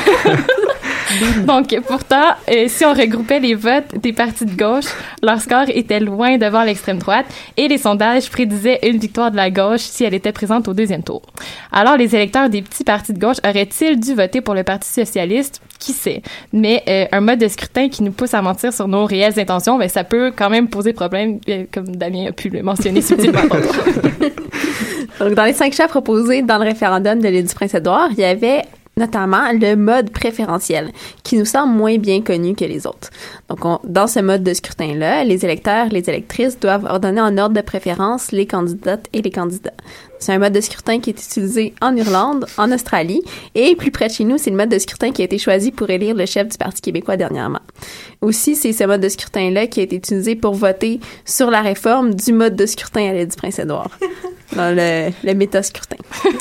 Donc, pourtant, euh, si on regroupait les votes des partis de gauche, leur score était loin devant l'extrême droite et les sondages prédisaient une victoire de la gauche si elle était présente au deuxième tour. Alors, les électeurs des petits partis de gauche auraient-ils dû voter pour le Parti socialiste? Qui sait? Mais euh, un mode de scrutin qui nous pousse à mentir sur nos réelles intentions, ben, ça peut quand même poser problème, euh, comme Damien a pu le mentionner subtilement. Donc, dans les cinq choix proposés dans le référendum de l'île du Prince-Édouard, il y avait notamment le mode préférentiel, qui nous semble moins bien connu que les autres. Donc, on, dans ce mode de scrutin-là, les électeurs, les électrices doivent ordonner en ordre de préférence les candidates et les candidats. C'est un mode de scrutin qui est utilisé en Irlande, en Australie, et plus près de chez nous, c'est le mode de scrutin qui a été choisi pour élire le chef du Parti québécois dernièrement. Aussi, c'est ce mode de scrutin-là qui a été utilisé pour voter sur la réforme du mode de scrutin à l'île du Prince-Édouard, dans le, le méta-scrutin.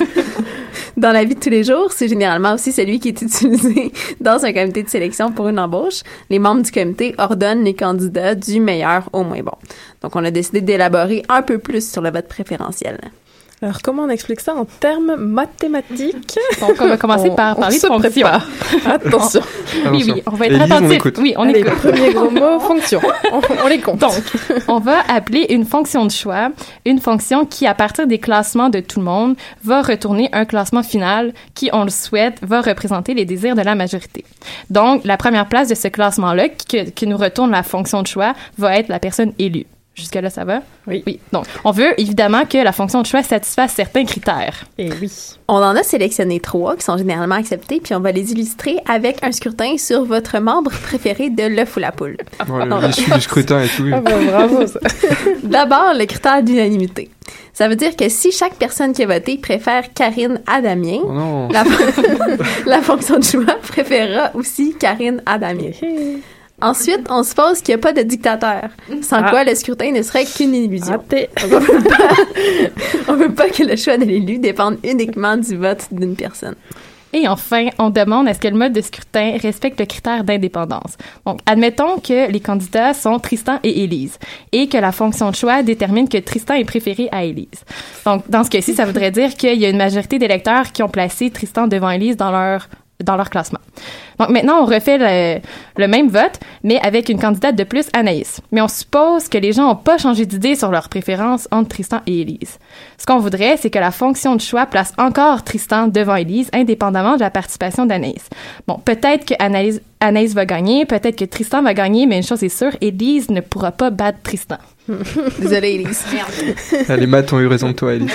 Dans la vie de tous les jours, c'est généralement aussi celui qui est utilisé dans un comité de sélection pour une embauche. Les membres du comité ordonnent les candidats du meilleur au moins bon. Donc, on a décidé d'élaborer un peu plus sur le vote préférentiel. Alors, comment on explique ça en termes mathématiques? Donc, on va commencer on, par parler de fonction. Attention. Oui, oui, on va être Élise, attentif. On oui, on Allez, écoute. Le premier gros mot, fonction. On, on les compte. Donc, on va appeler une fonction de choix une fonction qui, à partir des classements de tout le monde, va retourner un classement final qui, on le souhaite, va représenter les désirs de la majorité. Donc, la première place de ce classement-là, que, que nous retourne la fonction de choix, va être la personne élue. Jusque-là, ça va? Oui. Oui. Donc, on veut évidemment que la fonction de choix satisfasse certains critères. Et oui. On en a sélectionné trois qui sont généralement acceptés, puis on va les illustrer avec un scrutin sur votre membre préféré de l'œuf ou la poule. Voilà, l'issue du scrutin et tout. Ah ben, bravo, ça. D'abord, le critère d'unanimité. Ça veut dire que si chaque personne qui a voté préfère Karine à Damien, oh non. La, la fonction de choix préférera aussi Karine à Damien. Ensuite, on suppose qu'il n'y a pas de dictateur, sans ah. quoi le scrutin ne serait qu'une illusion. On ne veut pas, on veut pas que le choix de l'élu dépende uniquement du vote d'une personne. Et enfin, on demande à ce que le mode de scrutin respecte le critère d'indépendance. Donc, admettons que les candidats sont Tristan et Élise et que la fonction de choix détermine que Tristan est préféré à Élise. Donc, dans ce cas-ci, ça voudrait dire qu'il y a une majorité d'électeurs qui ont placé Tristan devant Élise dans leur dans leur classement. Donc maintenant, on refait le, le même vote, mais avec une candidate de plus, Anaïs. Mais on suppose que les gens n'ont pas changé d'idée sur leur préférence entre Tristan et Élise. Ce qu'on voudrait, c'est que la fonction de choix place encore Tristan devant Élise, indépendamment de la participation d'Anaïs. Bon, peut-être que Anaïs, Anaïs va gagner, peut-être que Tristan va gagner, mais une chose est sûre, Élise ne pourra pas battre Tristan. Désolée, Élise. Les maths ont eu raison de toi, Élise.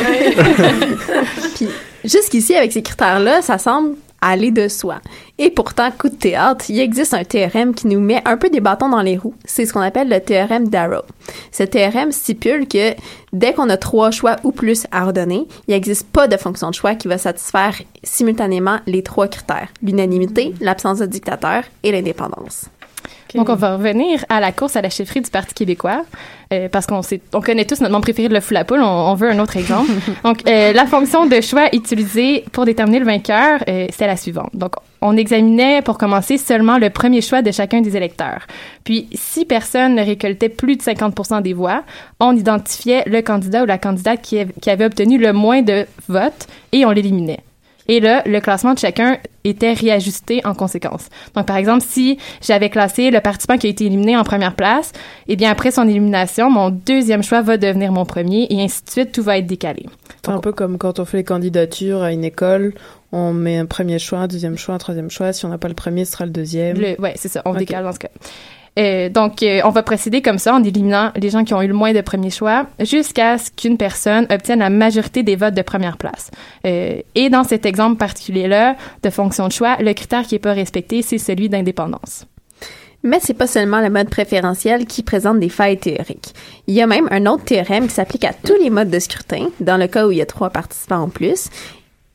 Puis, jusqu'ici, avec ces critères-là, ça semble aller de soi. Et pourtant, coup de théâtre, il existe un théorème qui nous met un peu des bâtons dans les roues. C'est ce qu'on appelle le théorème d'Arrow. Ce théorème stipule que dès qu'on a trois choix ou plus à ordonner, il n'existe pas de fonction de choix qui va satisfaire simultanément les trois critères: l'unanimité, l'absence de dictateur et l'indépendance. Okay. Donc, on va revenir à la course à la chefferie du Parti québécois, euh, parce qu'on sait, on connaît tous notre membre préféré de l'œuf ou la poule, on, on veut un autre exemple. Donc, euh, la fonction de choix utilisée pour déterminer le vainqueur, euh, c'est la suivante. Donc, on examinait, pour commencer, seulement le premier choix de chacun des électeurs. Puis, si personne ne récoltait plus de cinquante pour cent des voix, on identifiait le candidat ou la candidate qui, av- qui avait obtenu le moins de votes et on l'éliminait. Et là, le classement de chacun était réajusté en conséquence. Donc, par exemple, si j'avais classé le participant qui a été éliminé en première place, eh bien, après son élimination, mon deuxième choix va devenir mon premier et ainsi de suite, tout va être décalé. C'est un peu comme quand on fait les candidatures à une école, on met un premier choix, un deuxième choix, un troisième choix. Si on n'a pas le premier, ce sera le deuxième. Le, ouais, c'est ça. On okay. décale dans ce cas. Euh, donc, euh, on va procéder comme ça en éliminant les gens qui ont eu le moins de premiers choix jusqu'à ce qu'une personne obtienne la majorité des votes de première place. Euh, et dans cet exemple particulier-là de fonction de choix, le critère qui n'est pas respecté, c'est celui d'indépendance. Mais c'est pas seulement le mode préférentiel qui présente des failles théoriques. Il y a même un autre théorème qui s'applique à tous les modes de scrutin, dans le cas où il y a trois participants en plus.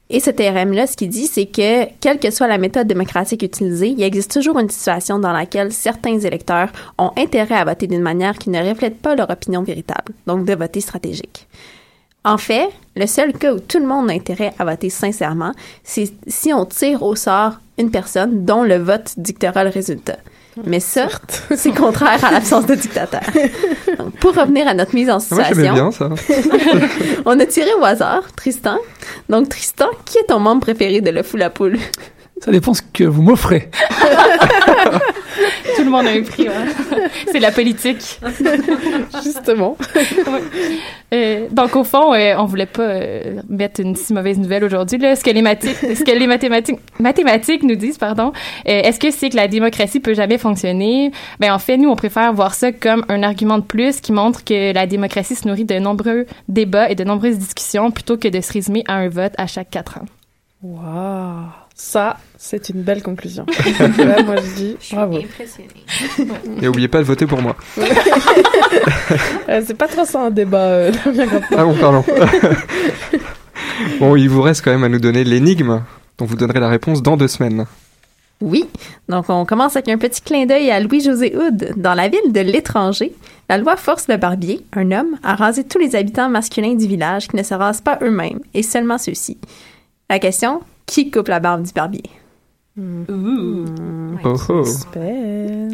Et ce théorème-là, ce qu'il dit, c'est que, quelle que soit la méthode démocratique utilisée, il existe toujours une situation dans laquelle certains électeurs ont intérêt à voter d'une manière qui ne reflète pas leur opinion véritable, donc de voter stratégique. En fait, le seul cas où tout le monde a intérêt à voter sincèrement, c'est si on tire au sort une personne dont le vote dictera le résultat. Mais ça, c'est contraire à l'absence de dictateur. Donc, pour revenir à notre mise en situation, moi, j'aimais bien ça. On a tiré au hasard Tristan. Donc, Tristan, qui est ton membre préféré de l'œuf ou la poule? Ça dépend ce que vous m'offrez. Tout le monde a un prix, ouais. C'est la politique. Justement. Ouais. Euh, donc, au fond, euh, on voulait pas euh, mettre une si mauvaise nouvelle aujourd'hui. Là. Ce que les, mathi- ce que les mathématiques, mathématiques nous disent, pardon, euh, est-ce que c'est que la démocratie peut jamais fonctionner? Ben, en fait, nous, on préfère voir ça comme un argument de plus qui montre que la démocratie se nourrit de nombreux débats et de nombreuses discussions plutôt que de se résumer à un vote à chaque quatre ans. Waouh! Ça, c'est une belle conclusion. Là, moi, je dis bravo. Je suis impressionnée. Et n'oubliez pas de voter pour moi. euh, c'est pas trop ça un débat. Euh, ah bon, pardon. Bon, il vous reste quand même à nous donner l'énigme dont vous donnerez la réponse dans deux semaines. Oui. Donc, on commence avec un petit clin d'œil à Louis-José Hood. Dans la ville de l'Étranger, la loi force le barbier, un homme, à raser tous les habitants masculins du village qui ne se rasent pas eux-mêmes, et seulement ceux-ci. La question... Qui coupe la barbe du barbier? Mmh. Ouh. Oh oh. Suspense.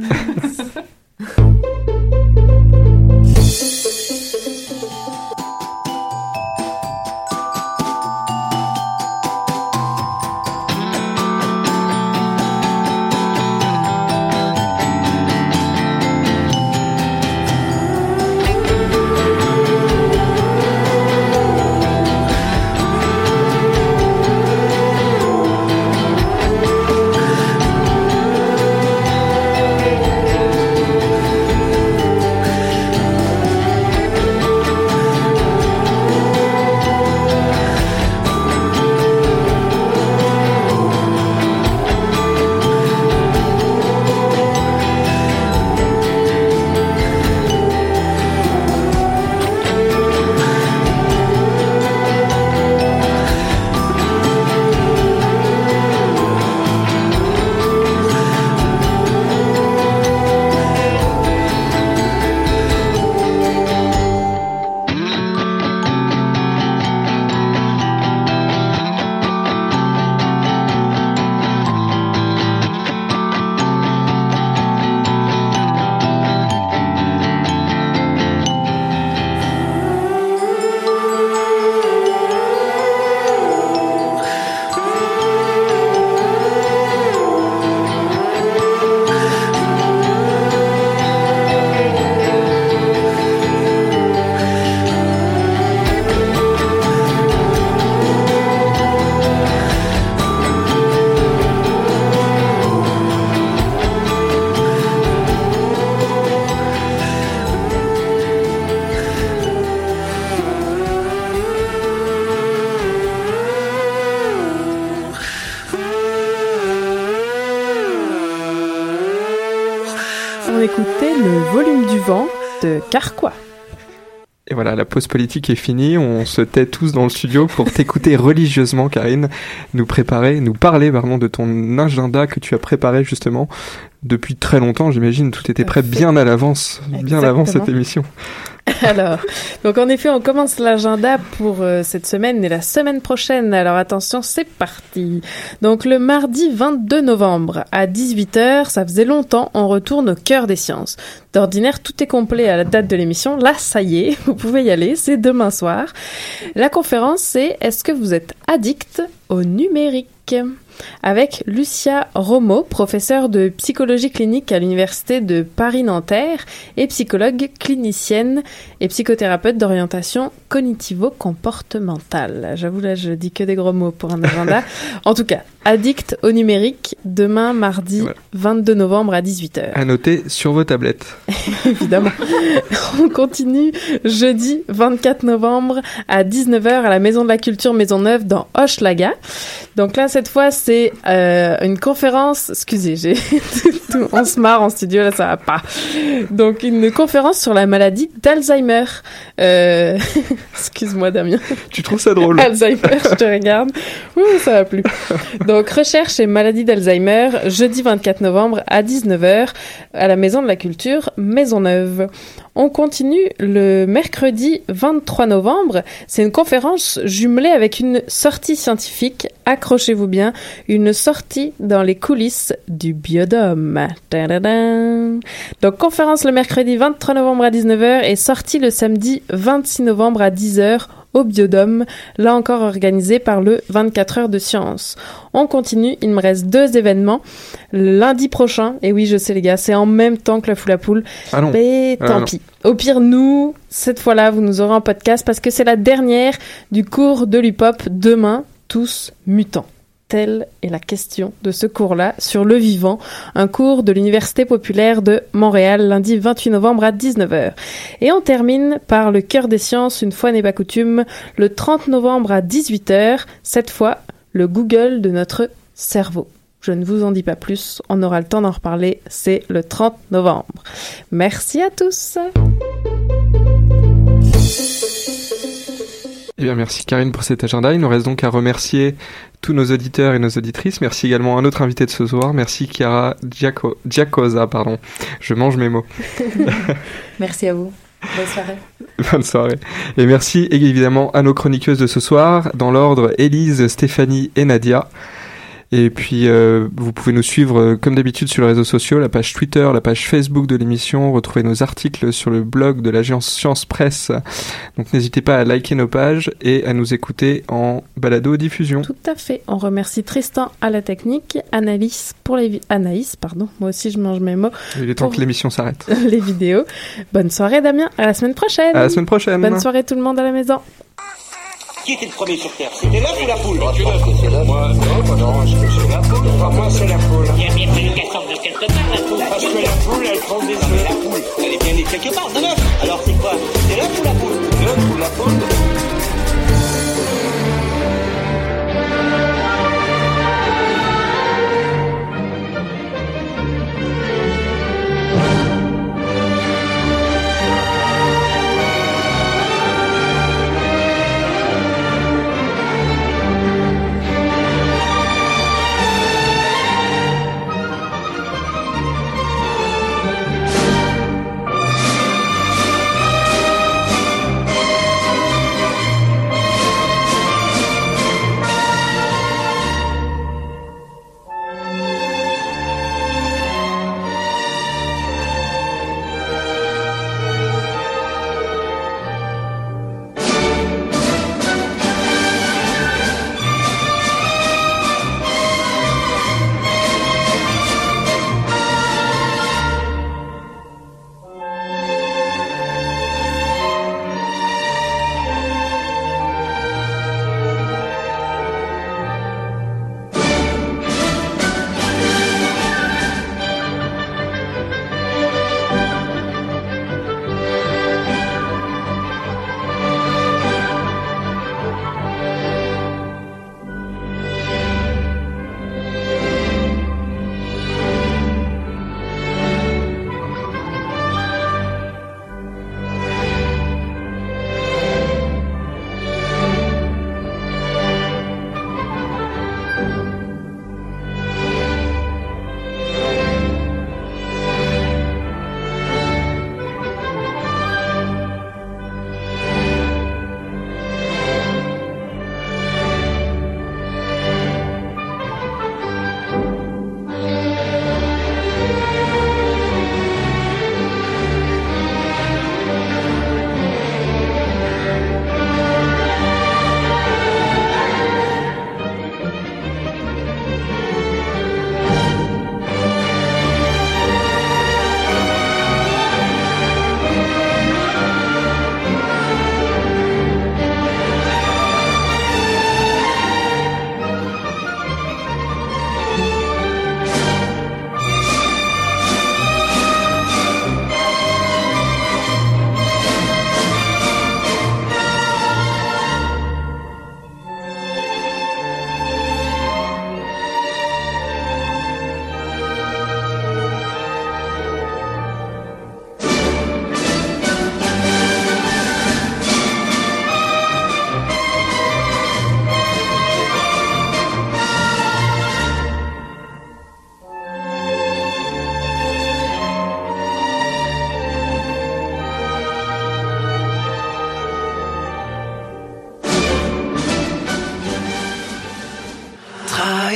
On écoutait le volume du vent de Carquois. Et voilà, la pause politique est finie. On se tait tous dans le studio pour t'écouter religieusement, Karine, nous préparer, nous parler, pardon, de ton agenda que tu as préparé justement depuis très longtemps. J'imagine, tout était prêt bien à l'avance, bien avant cette émission. Alors, donc en effet, on commence l'agenda pour euh, cette semaine et la semaine prochaine. Alors attention, c'est parti. Donc le mardi vingt-deux novembre à dix-huit heures, ça faisait longtemps, on retourne au cœur des sciences. D'ordinaire, tout est complet à la date de l'émission. Là, ça y est, vous pouvez y aller, c'est demain soir. La conférence, c'est « Est-ce que vous êtes addict au numérique ?» avec Lucia Romo, professeure de psychologie clinique à l'université de Paris-Nanterre et psychologue clinicienne et psychothérapeute d'orientation cognitivo-comportementale. J'avoue, là, je dis que des gros mots pour un agenda. En tout cas, Addict au numérique, demain, mardi Voilà. vingt-deux novembre à dix-huit heures. À noter sur vos tablettes. Évidemment. On continue jeudi vingt-quatre novembre à dix-neuf heures à la Maison de la Culture Maisonneuve dans Hochelaga. Donc là, cette fois, c'est euh, une conférence... Excusez, j'ai tout, tout- on se marre en studio, là, ça va pas. Donc, une conférence sur la maladie d'Alzheimer. Euh... Excuse-moi, Damien. Tu trouves ça drôle? Alzheimer, je te regarde. Ouh, ça va plus. Donc, recherche et maladie d'Alzheimer, jeudi vingt-quatre novembre à dix-neuf heures à la Maison de la Culture Maisonneuve. On continue le mercredi vingt-trois novembre. C'est une conférence jumelée avec une sortie scientifique. Accrochez-vous bien, une sortie dans les coulisses du biodôme. Tadadam. Donc, conférence le mercredi vingt-trois novembre à dix-neuf heures et sortie le samedi vingt-six novembre à dix heures au biodôme, là encore organisé par le vingt-quatre heures de science. On continue, il me reste deux événements. Le lundi prochain, et oui, je sais les gars, c'est en même temps que la foule à poule. Ah non. Mais Ah tant non. pis. Au pire, nous, cette fois-là, vous nous aurez en podcast parce que c'est la dernière du cours de l'U P O P demain, tous mutants. Telle est la question de ce cours-là sur le vivant, un cours de l'Université populaire de Montréal, lundi vingt-huit novembre à dix-neuf heures. Et on termine par le cœur des sciences, une fois n'est pas coutume, le trente novembre à dix-huit heures, cette fois, le Google de notre cerveau. Je ne vous en dis pas plus, on aura le temps d'en reparler, c'est le trente novembre. Merci à tous. Eh bien, merci Karine pour cet agenda. Il nous reste donc à remercier tous nos auditeurs et nos auditrices. Merci également à notre invité de ce soir. Merci Chiara Giaco- Giacosa, pardon. Je mange mes mots. Merci à vous. Bonne soirée. Bonne soirée. Et merci évidemment à nos chroniqueuses de ce soir, dans l'ordre Élise, Stéphanie et Nadia. Et puis, euh, vous pouvez nous suivre euh, comme d'habitude sur les réseaux sociaux, la page Twitter, la page Facebook de l'émission, retrouver nos articles sur le blog de l'agence Science Presse. Donc n'hésitez pas à liker nos pages et à nous écouter en balado-diffusion. Tout à fait. On remercie Tristan à la technique, Anaïs pour les vi- Anaïs, pardon. Moi aussi je mange mes mots. Il est temps Pour que l'émission s'arrête. les vidéos. Bonne soirée Damien. À la semaine prochaine. À la semaine prochaine. Bonne soirée tout le monde à la maison. Qui était le premier sur Terre? C'était l'œuf ou la poule? Moi, non, moi, non, je pense que c'est la poule. Enfin, moi, c'est la poule. Il y a bien fallu qu'elle sorte de quelque part, la poule. Parce que la poule, elle prend des œufs. La poule, elle est bien née quelque part, de l'œuf. Alors c'est quoi? C'est l'œuf ou la poule? L'œuf ou la poule?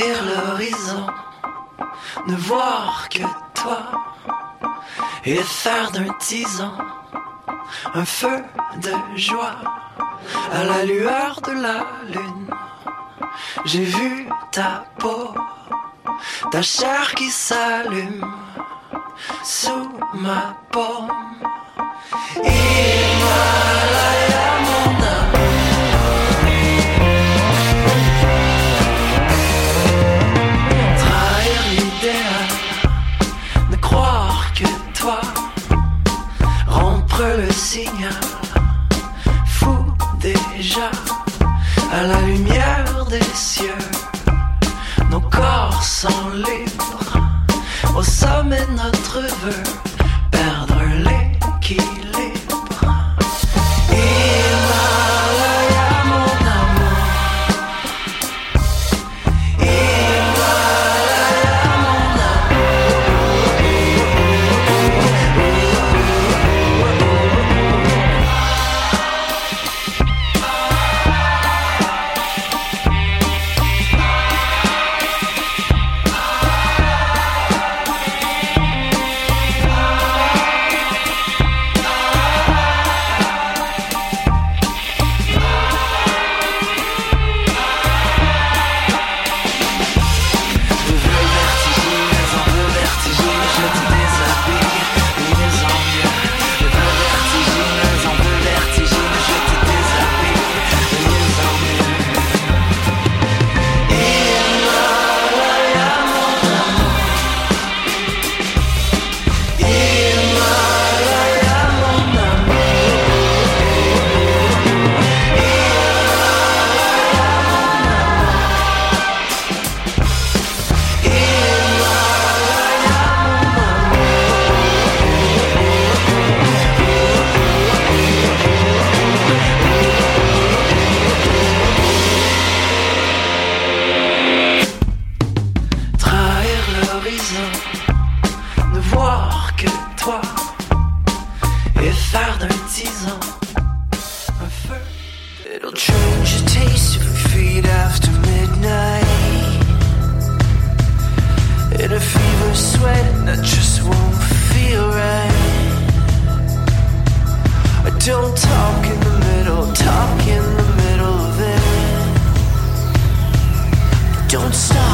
trahir l'horizon, ne voir que toi, et faire d'un tison un feu de joie à la lueur de la lune. J'ai vu ta peau, ta chair qui s'allume sous ma paume. Himalaya, mon âme. Trahir l'idéal, ne croire que toi, rompre le signal, fou déjà, à la lumière des cieux, nos corps sont libres, au sommet de notre vœu, perdre l'équilibre. Himalaya, mon amour. Himalaya, mon Don't stop.